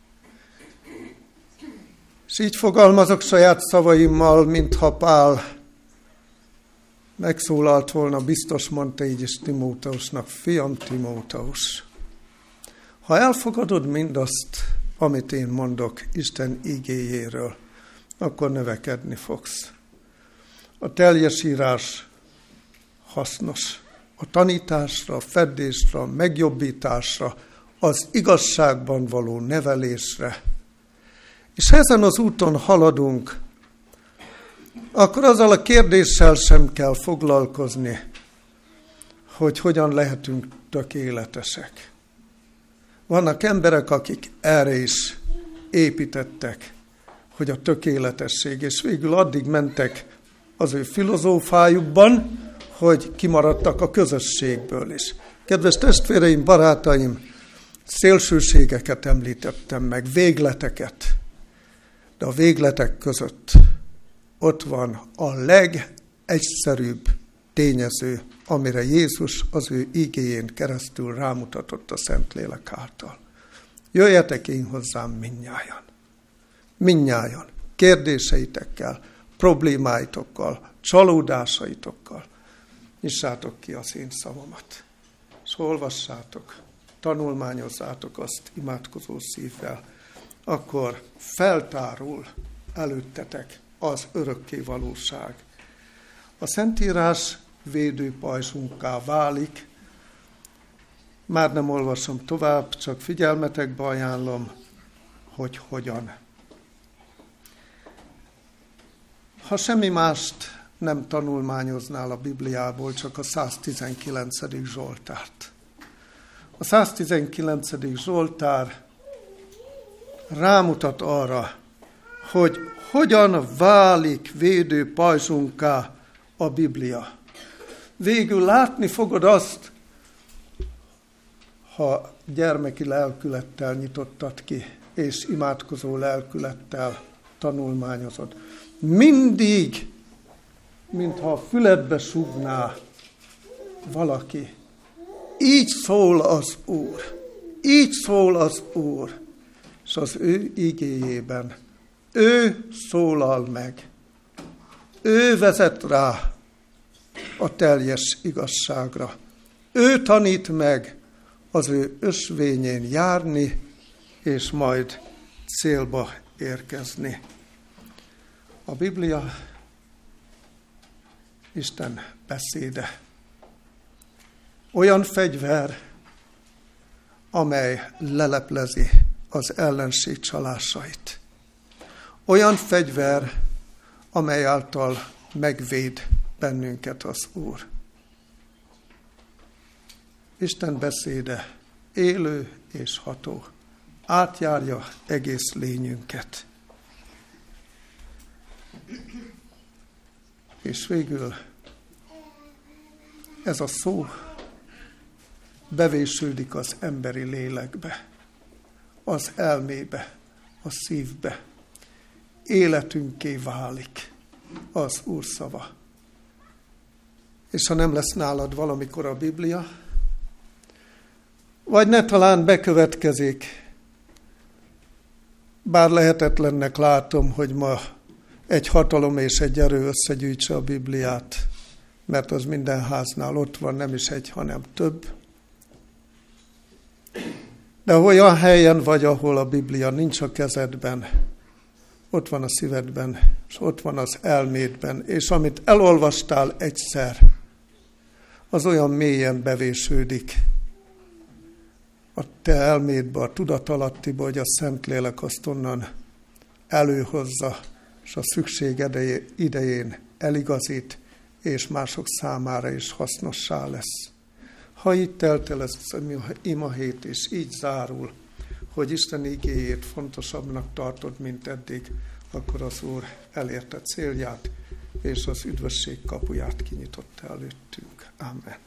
És így fogalmazok saját szavaimmal, mintha Pál megszólalt volna, biztos mondta így is Timóteusnak, fiam Timóteus, ha elfogadod mindazt, amit én mondok Isten igéjéről, akkor növekedni fogsz. A teljes írás hasznos. A tanításra, a fedésre, a megjobbításra, az igazságban való nevelésre. És ha ezen az úton haladunk, akkor azzal a kérdéssel sem kell foglalkozni, hogy hogyan lehetünk tökéletesek. Vannak emberek, akik erre is építettek, hogy a tökéletesség, és végül addig mentek az ő filozófájukban, hogy kimaradtak a közösségből is. Kedves testvéreim, barátaim, szélsőségeket említettem meg, végleteket, de a végletek között ott van a legegyszerűbb tényező, amire Jézus az ő igéjén keresztül rámutatott a Szentlélek által. Jöjjetek én hozzám mindnyájan. Mindnyájan. Kérdéseitekkel, problémáitokkal, csalódásaitokkal. Nyissátok ki az én szavamat. És olvassátok, tanulmányozzátok azt imádkozó szívvel. Akkor feltárul előttetek az örökké valóság. A Szentírás védőpajzsunká válik. Már nem olvasom tovább, csak figyelmetekbe ajánlom, hogy hogyan. Ha semmi mást nem tanulmányoznál a Bibliából, csak a 119. Zsoltárt. A 119. Zsoltár rámutat arra, hogy hogyan válik védőpajzsunká a Biblia. Végül látni fogod azt, ha gyermeki lelkülettel nyitottad ki, és imádkozó lelkülettel tanulmányozod. Mindig, mintha a füledbe súgná valaki. Így szól az Úr. Így szól az Úr. És az ő igéjében ő szólal meg. Ő vezet rá a teljes igazságra. Ő tanít meg az ő ösvényén járni, és majd célba érkezni. A Biblia Isten beszéde. Olyan fegyver, amely leleplezi az ellenség csalásait. Olyan fegyver, amely által megvéd bennünket az Úr. Isten beszéde élő és ható, átjárja egész lényünket. És végül ez a szó bevésődik az emberi lélekbe, az elmébe, a szívbe. Életünké válik az Úr szava. És ha nem lesz nálad valamikor a Biblia, vagy ne talán bekövetkezik, bár lehetetlennek látom, hogy ma egy hatalom és egy erő összegyűjtse a Bibliát, mert az minden háznál ott van, nem is egy, hanem több. De olyan helyen vagy, ahol a Biblia nincs a kezedben, ott van a szívedben, és ott van az elmédben, és amit elolvastál egyszer, az olyan mélyen bevésődik a te elmédbe, a tudatalattiba, hogy a Szentlélek azt onnan előhozza, és a szükség idején eligazít, és mások számára is hasznossá lesz. Ha így telt el ez az imahét, és így zárul, hogy Isten igéjét fontosabbnak tartod, mint eddig, akkor az Úr elérte célját, és az üdvösség kapuját kinyitotta előttünk. Amen.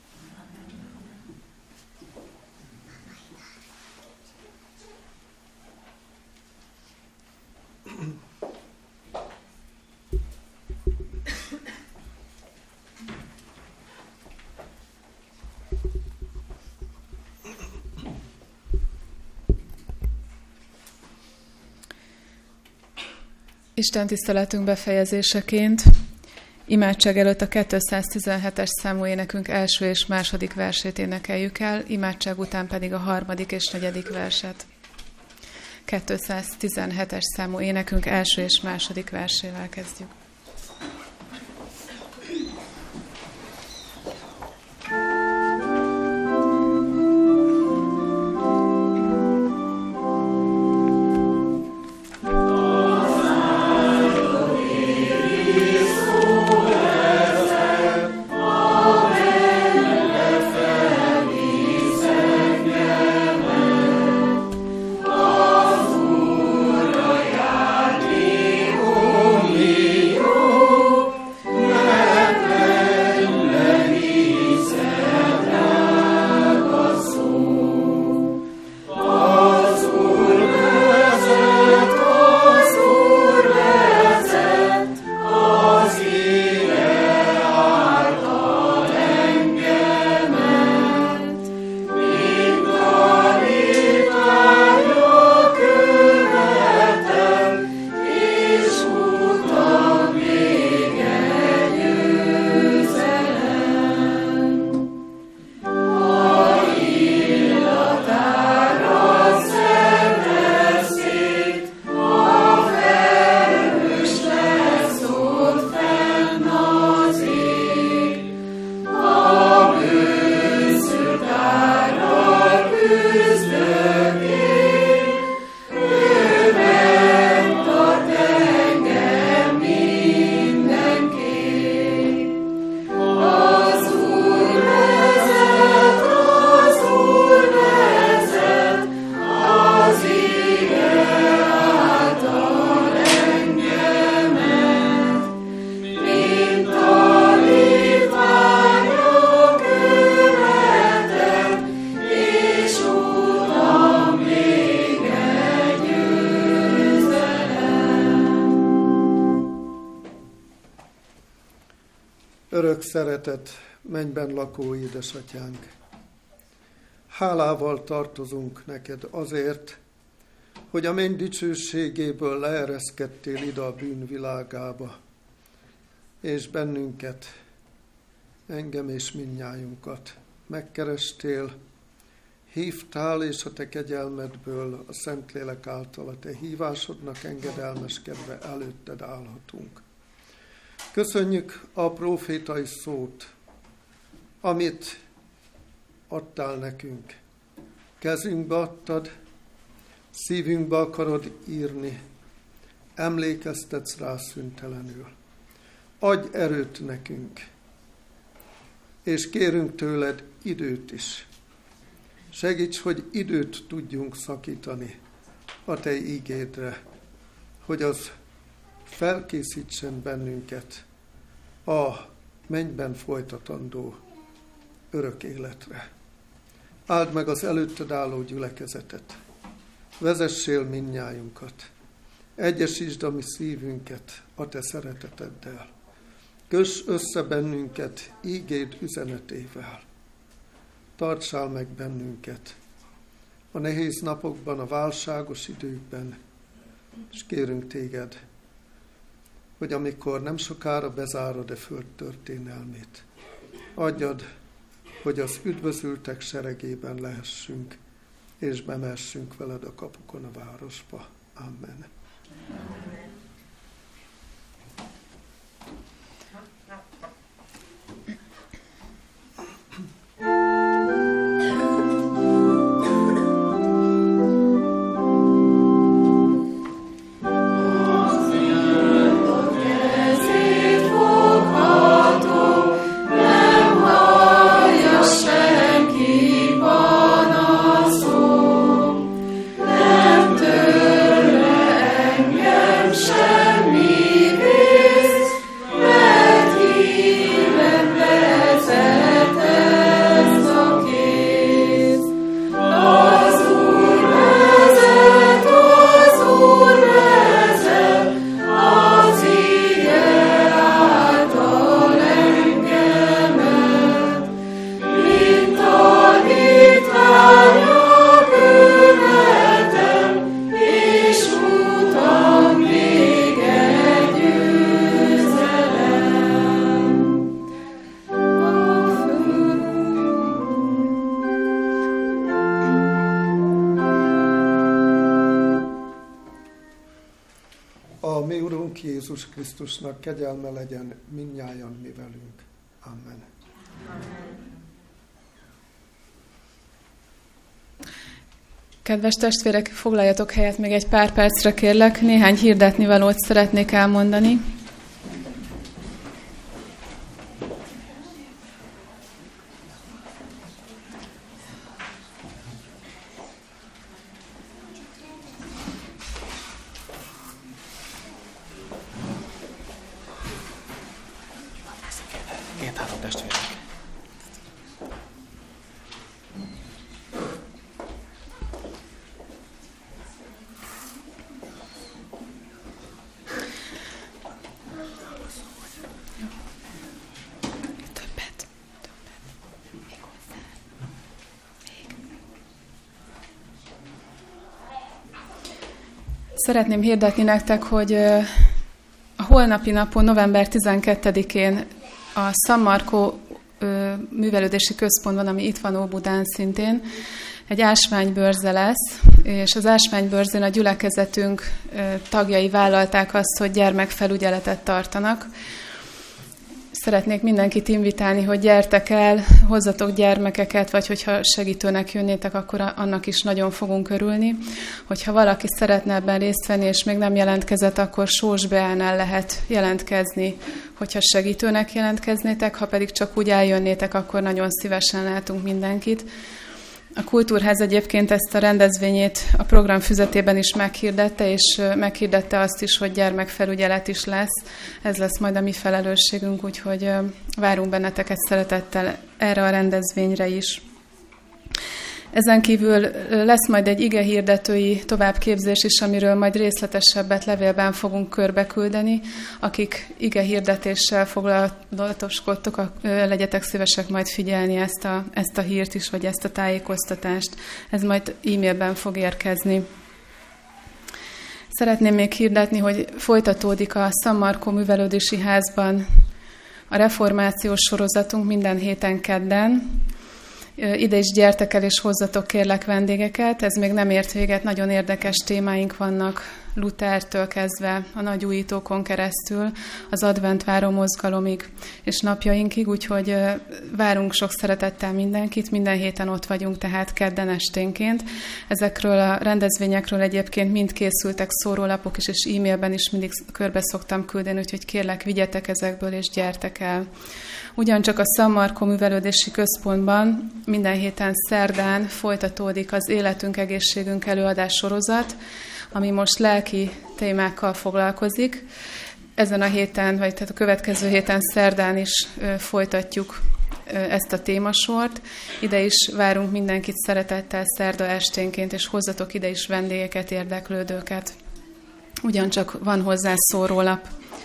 Isten tiszteletünk befejezéseként imádság előtt a 217-es számú énekünk első és második versét énekeljük el, imádság után pedig a harmadik és negyedik verset. 217-es számú énekünk első és második versével kezdjük. Oh Örök szeretet, mennyben lakó édesatyánk! Hálával tartozunk neked azért, hogy a menny dicsőségéből leereszkedtél ide a bűnvilágába, és bennünket, engem és mindnyájunkat megkerestél, hívtál, és a te kegyelmedből, a Szentlélek által a te hívásodnak engedelmeskedve előtted állhatunk. Köszönjük a prófétai szót, amit adtál nekünk. Kezünkbe adtad, szívünkbe akarod írni, emlékeztetsz rá szüntelenül. Adj erőt nekünk, és kérünk tőled időt is. Segíts, hogy időt tudjunk szakítani a te ígédre, hogy az felkészítsen bennünket a mennyben folytatandó örök életre. Áld meg az előtted álló gyülekezetet, vezessél mindnyájunkat, egyesítsd a mi szívünket a te szereteteddel, köss össze bennünket ígéd üzenetével, tartsál meg bennünket a nehéz napokban, a válságos időkben, és kérünk téged, hogy amikor nem sokára bezárod a föld történelmét, adjad, hogy az üdvözültek seregében lehessünk, és bemehessünk veled a kapukon a városba. Amen. Jézus Krisztusnak kegyelme legyen mindnyájan mi velünk. Amen. Kedves testvérek, foglaljatok helyet még egy pár percre, kérlek. Néhány hirdetnivalót szeretnék elmondani. Szeretném hirdetni nektek, hogy a holnapi napon, november 12-én a San Marco művelődési központban, ami itt van Óbudán szintén, egy ásványbőrze lesz, és az ásványbőrzén a gyülekezetünk tagjai vállalták azt, hogy gyermekfelügyeletet tartanak. Szeretnék mindenkit invitálni, hogy gyertek el, hozzatok gyermekeket, vagy hogyha segítőnek jönnétek, akkor annak is nagyon fogunk örülni. Hogyha valaki szeretne ebben részt venni, és még nem jelentkezett, akkor Sós Beánál lehet jelentkezni, hogyha segítőnek jelentkeznétek, ha pedig csak úgy eljönnétek, akkor nagyon szívesen látunk mindenkit. A Kultúrház egyébként ezt a rendezvényét a program füzetében is meghirdette, és meghirdette azt is, hogy gyermekfelügyelet is lesz. Ez lesz majd a mi felelősségünk, úgyhogy várunk benneteket szeretettel erre a rendezvényre is. Ezen kívül lesz majd egy igehirdetői továbbképzés is, amiről majd részletesebbet levélben fogunk körbeküldeni. Akik igehirdetéssel foglalatoskodtok, legyetek szívesek majd figyelni ezt a hírt is, vagy ezt a tájékoztatást. Ez majd e-mailben fog érkezni. Szeretném még hirdetni, hogy folytatódik a San Marco Művelődési Házban a reformációs sorozatunk minden héten kedden. Ide is gyertek el és hozzatok kérlek vendégeket, ez még nem ért véget, nagyon érdekes témáink vannak Luthertől kezdve a nagy újítókon keresztül az adventváró mozgalomig és napjainkig, úgyhogy várunk sok szeretettel mindenkit, minden héten ott vagyunk, tehát kedden esténként. Ezekről a rendezvényekről egyébként mind készültek szórólapok is, és e-mailben is mindig körbe szoktam küldeni, úgyhogy kérlek, vigyetek ezekből és gyertek el. Ugyancsak a San Marco Művelődési Központban minden héten szerdán folytatódik az Életünk, Egészségünk előadás sorozat, ami most lelki témákkal foglalkozik. Ezen a héten, vagy tehát a következő héten szerdán is folytatjuk ezt a témasort. Ide is várunk mindenkit szeretettel szerda esténként, és hozzatok ide is vendégeket, érdeklődőket. Ugyancsak van hozzá szórólap.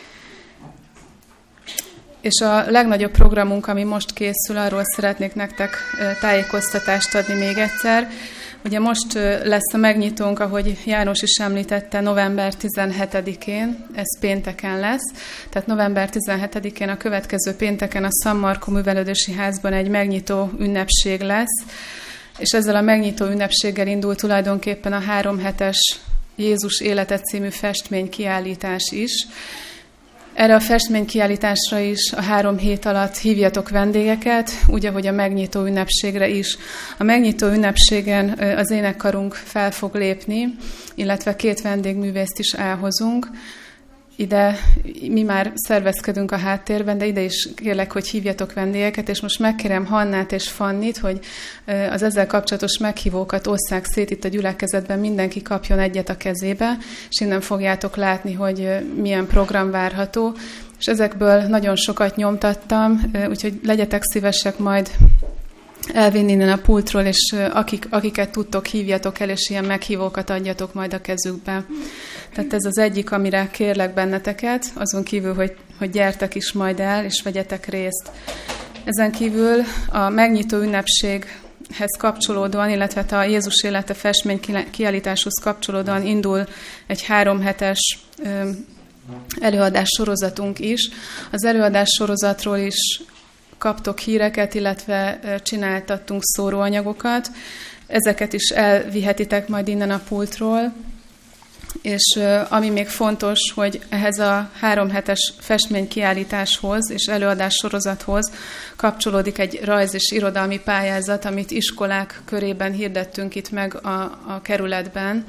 És a legnagyobb programunk, ami most készül, arról szeretnék nektek tájékoztatást adni még egyszer. Ugye most lesz a megnyitónk, ahogy János is említette, november 17-én, ez pénteken lesz. Tehát november 17-én, a következő pénteken a San Marco Művelődési Házban egy megnyitó ünnepség lesz. És ezzel a megnyitó ünnepséggel indul tulajdonképpen a 3 hetes Jézus élete című festménykiállítás is. Erre a festménykiállításra is a 3 hét alatt hívjatok vendégeket, úgy, ahogy a megnyitó ünnepségre is. A megnyitó ünnepségen az énekkarunk fel fog lépni, illetve 2 vendégművészt is elhozunk. Ide mi már szervezkedünk a háttérben, de ide is kérlek, hogy hívjatok vendégeket, és most megkérem Hannát és Fannit, hogy az ezzel kapcsolatos meghívókat osszák szét itt a gyülekezetben, mindenki kapjon egyet a kezébe, és innen fogjátok látni, hogy milyen program várható. És ezekből nagyon sokat nyomtattam, úgyhogy legyetek szívesek majd elvinni innen a pultról, és akiket tudtok, hívjatok el, és ilyen meghívókat adjatok majd a kezükbe. Tehát ez az egyik, amire kérlek benneteket, azon kívül, hogy gyertek is majd el, és vegyetek részt. Ezen kívül a megnyitó ünnepséghez kapcsolódóan, illetve a Jézus élete festmény kiállításhoz kapcsolódóan indul egy 3 hetes előadás sorozatunk is. Az előadás sorozatról is kaptok híreket, illetve csináltattunk szóróanyagokat. Ezeket is elvihetitek majd innen a pultról. És ami még fontos, hogy ehhez a 3 hetes festménykiállításhoz és előadás sorozathoz kapcsolódik egy rajz- és irodalmi pályázat, amit iskolák körében hirdettünk itt meg a kerületben.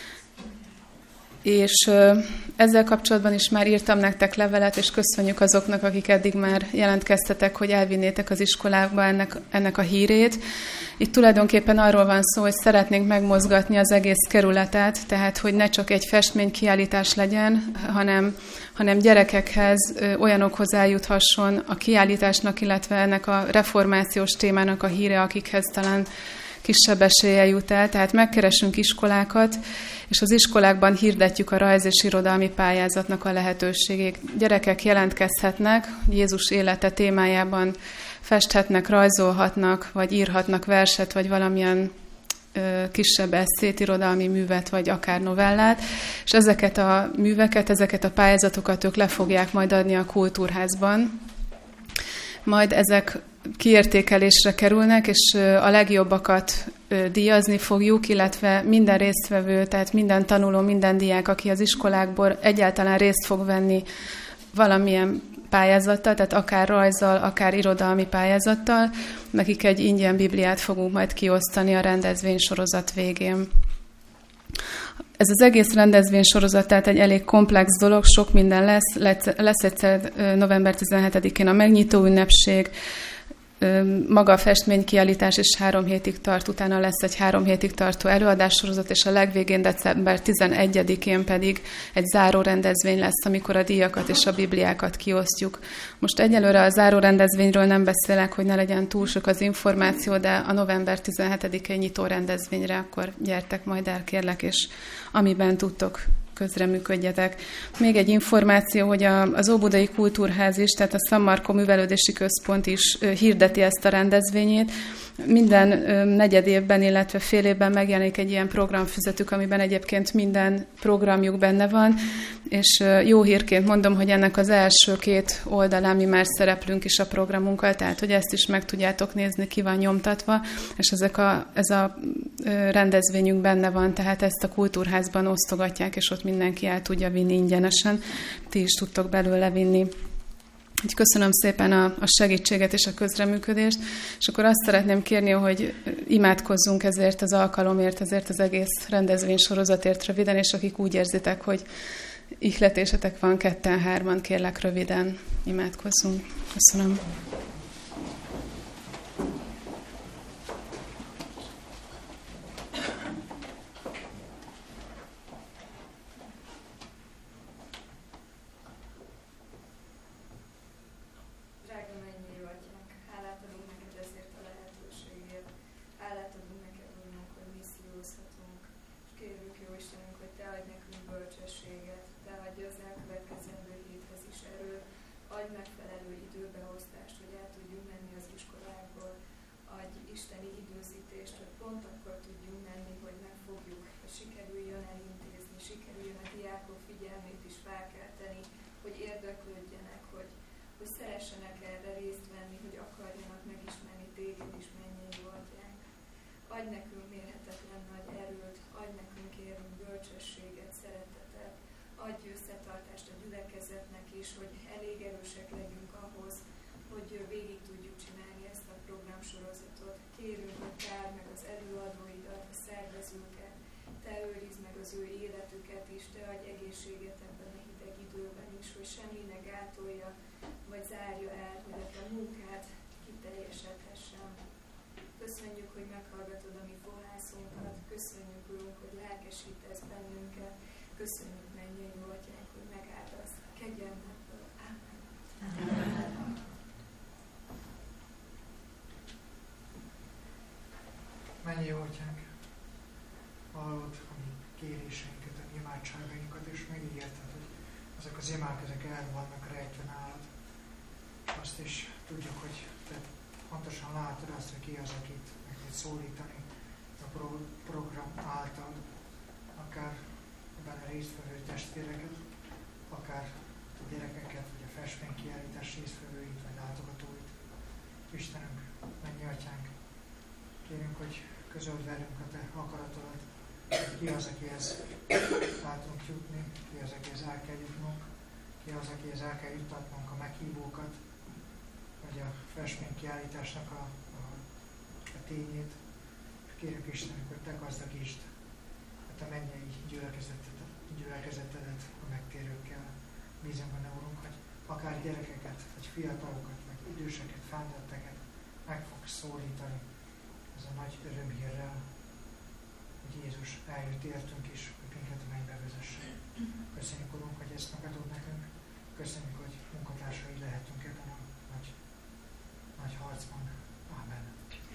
És ezzel kapcsolatban is már írtam nektek levelet, és köszönjük azoknak, akik eddig már jelentkeztetek, hogy elvinnétek az iskolákba ennek a hírét. Itt tulajdonképpen arról van szó, hogy szeretnénk megmozgatni az egész kerületet, tehát hogy ne csak egy festménykiállítás legyen, hanem gyerekekhez, olyanokhoz eljuthasson a kiállításnak, illetve ennek a reformációs témának a híre, akikhez talán kisebb eséllyel jut el, tehát megkeresünk iskolákat, és az iskolákban hirdetjük a rajz- és irodalmi pályázatnak a lehetőségét. Gyerekek jelentkezhetnek, Jézus élete témájában festhetnek, rajzolhatnak, vagy írhatnak verset, vagy valamilyen kisebb esszét, irodalmi művet, vagy akár novellát, és ezeket a műveket, ezeket a pályázatokat ők le fogják majd adni a kultúrházban. Majd ezek kiértékelésre kerülnek, és a legjobbakat díjazni fogjuk, illetve minden résztvevő, tehát minden tanuló, minden diák, aki az iskolákból egyáltalán részt fog venni valamilyen pályázattal, tehát akár rajzzal, akár irodalmi pályázattal, nekik egy ingyen Bibliát fogunk majd kiosztani a rendezvénysorozat végén. Ez az egész rendezvénysorozat, tehát egy elég komplex dolog, sok minden lesz egyszer november 17-én a megnyitó ünnepség, maga a festménykiállítás is 3 hétig tart, utána lesz egy 3 hétig tartó előadássorozat, és a legvégén, december 11-én pedig egy záró rendezvény lesz, amikor a díjakat és a bibliákat kiosztjuk. Most egyelőre a záró rendezvényről nem beszélek, hogy ne legyen túl sok az információ, de a november 17-i nyitó rendezvényre akkor gyertek majd el, kérlek, és amiben tudtok, közreműködjetek. Még egy információ, hogy az Óbudai Kultúrház is, tehát a San Marco Művelődési Központ is hirdeti ezt a rendezvényét. Minden negyed évben, illetve fél évben megjelenik egy ilyen programfüzetük, amiben egyébként minden programjuk benne van, és jó hírként mondom, hogy ennek az első 2 oldalán mi már szereplünk is a programunkkal, tehát hogy ezt is meg tudjátok nézni, ki van nyomtatva, és ez a rendezvényünk benne van, tehát ezt a kultúrházban osztogatják, és ott mindenki el tudja vinni ingyenesen. Ti is tudtok belőle vinni. Úgy köszönöm szépen a segítséget és a közreműködést, és akkor azt szeretném kérni, hogy imádkozzunk ezért az alkalomért, ezért az egész rendezvény sorozatért röviden, és akik úgy érzitek, hogy ihletésetek van 2-3, kérlek röviden imádkozzunk. Köszönöm. Köszönjük, mennyei Atyánk, hogy megáldasz a kegyelmedből. Amen. Mennyei Atyánk, hallod a mi kéréseinket, a mi imádságainkat, és megígérted, hogy ezek az imák, ezek el vannak rejtve nálad. Azt is tudjuk, hogy te pontosan látod azt, hogy ki az, akit meg tud szólítani a program által, akár benne résztvevő testvéreket, akár a gyerekeket, vagy a festménykiállítás résztvevőit, vagy látogatóit. Istenünk, mennyei Atyánk, kérünk, hogy közöld velünk a te akaratodat, hogy ki az, akihez el tudunk jutni, ki az, akihez el kell jutnunk, ki az, akihez el kell juttatnunk a meghívókat, vagy a festménykiállításnak a tényét. Kérünk Istenünk, hogy te gazdagítsd a te mennyei gyülekezetedet a megtérőkkel. Bízom benne, Urunk, hogy akár gyerekeket, vagy fiatalokat, vagy időseket, felnőtteket meg fogsz szólítani ez a nagy örömhírrel, hogy Jézus eljött értünk is, hogy minket a mennybe vezessen. Köszönjük, Urunk, hogy ezt megadod nekünk. Köszönjük, hogy munkatársai lehetünk ebben a nagy harcban. Amen.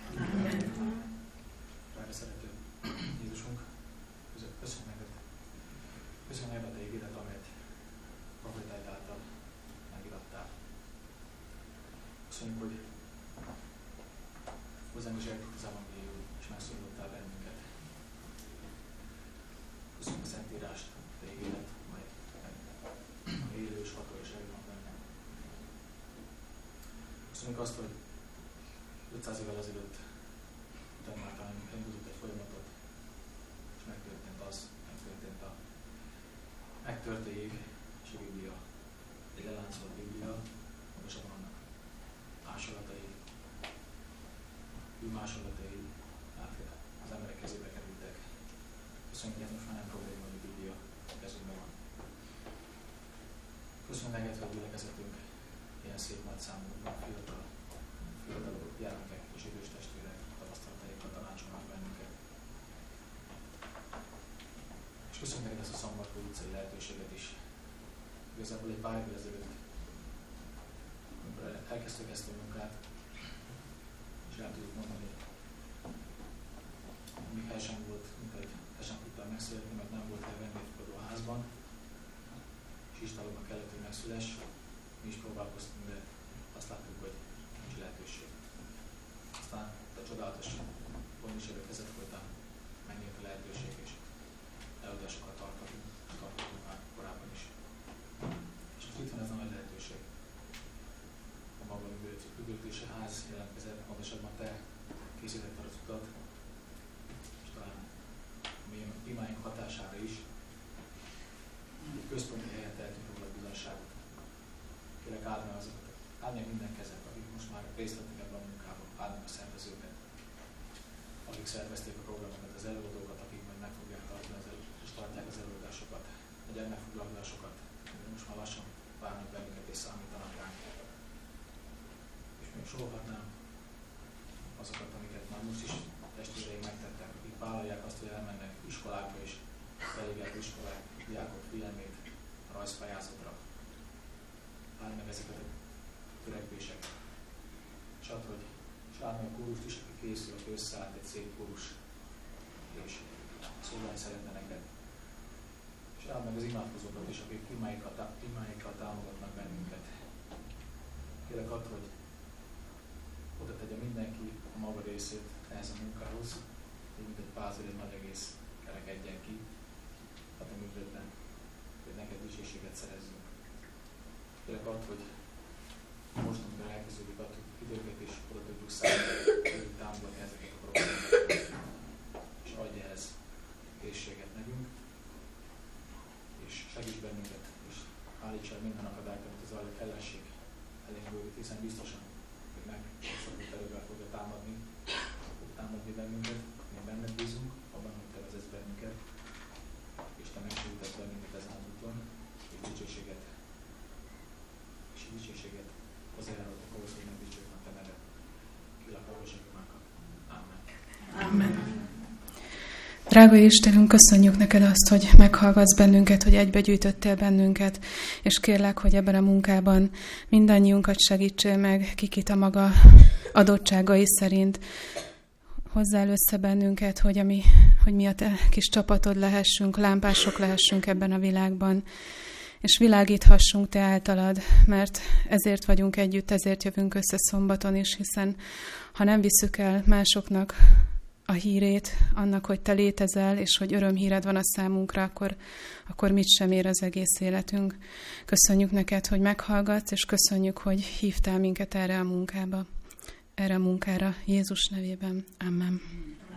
Drága szerető Jézusunk, köszönjük neked. Köszönjük neked a te ígéret, amelyet profétáid által megirattál. Köszönjük, hogy hozzánk is eljutott az evangélium, és megszólítottál bennünket. Köszönjük a Szentírást, a te ígéret, amely élő és ható és erő van benne. Köszönjük azt, hogy 500 évvel ezelőtt utána már talán elindult egy folyamatot, és megtört a jég és a Biblia. Egy leláncolt Biblia, magasabban annak másolatai, másolatai az emberek kezébe kerültek. Köszönjük, hogy ez most már nem probléma, hogy a Biblia kezünkben van. Köszönjük neked, hogy gyülekezetünk ilyen szép nagy számú fiatal fiatalok, gyermekek és idős testvérek tapasztalataikkal tanácsolnak bennünket. És köszönjük neked ezt a Szombatkó utcai lehetőséget is. Igazából egy pár évvel ezelőtt, amikor elkezdtük ezt a munkát, és el tudjuk mondani, amíg el sem volt, el sem tudtál megszületni, mert nem volt vendégfogadó a házban, és Istvánoknak kellett, hogy megszüless. Mi is próbálkoztunk, de azt láttuk, hogy nincs lehetőség. Aztán a csodálatos gondviselő kezet folytán megnyílt a lehetőség, és előadásokat tartottunk már korábban is. És most itt van ez a nagy lehetőség. A maga üdvözlési ház jelentkezett, pontosabban te készítetted az utat, és talán mi imáink hatására is egy központi helyen tehetünk róla a bizonyságot. Kérlek áld meg minden kezet, akik most már részt vettek ebben a munkában, áld meg a szervezőket, akik szervezték a programokat, az előadókat, akik majd meg fogják tartani és tartják az előadásokat, a gyermekfoglalásokat, most már lassan várnak bennünket és számítanak ránk. És még sorolhatnám azokat, amiket már most is testvéreim megtettek, akik vállalják azt, hogy elmennek iskolákba és felhívják iskolák, diákok figyelmét a rajzpályázatra. Áld meg ezeket a törekvéseket. És áld meg a kórust is, aki készül, aki összeállt egy szép kórus, és szólani szeretne neked. És áld meg az imádkozókat is, akik imáikkal támogatnak bennünket. Kérlek add, hogy oda tegye mindenki a maga részét ehhez a munkához, így mint egy pázol, egy nagy egész kerekedjen ki a te működben, hogy neked dicsőséget szerezzünk. Kérlek add, hogy most, amikor elkezdődik a időket is oda tudjuk szállni, hogy támogatni ezeket a programokat, és adj ehhez készséget nekünk, és segíts bennünket, és állíts el minden akadályt, amit az ellenség elénk bővít, hiszen biztosan, hogy megszabott erővel fogja támadni bennünket, mi benned bízunk, abban, hogy te vezetsz bennünket, és te megsegítesz bennünket ezen az úton, és dicsőséget hozzájárultok ahhoz, hogy megdicsőjük a te nevet. Kérlek, hallgassák imánkat. Amen. Amen. Drága Istenünk, köszönjük neked azt, hogy meghallgatsz bennünket, hogy egybegyűjtöttél bennünket, és kérlek, hogy ebben a munkában mindannyiunkat segítsél meg, kikit a maga adottságai szerint. Hozzál össze bennünket, hogy mi a te kis csapatod lehessünk, lámpások lehessünk ebben a világban, és világíthassunk te általad, mert ezért vagyunk együtt, ezért jövünk össze szombaton is, hiszen ha nem visszük el másoknak a hírét, annak, hogy te létezel, és hogy örömhíred van a számunkra, akkor mit sem ér az egész életünk. Köszönjük neked, hogy meghallgatsz, és köszönjük, hogy hívtál minket erre a munkára, Jézus nevében. Amen.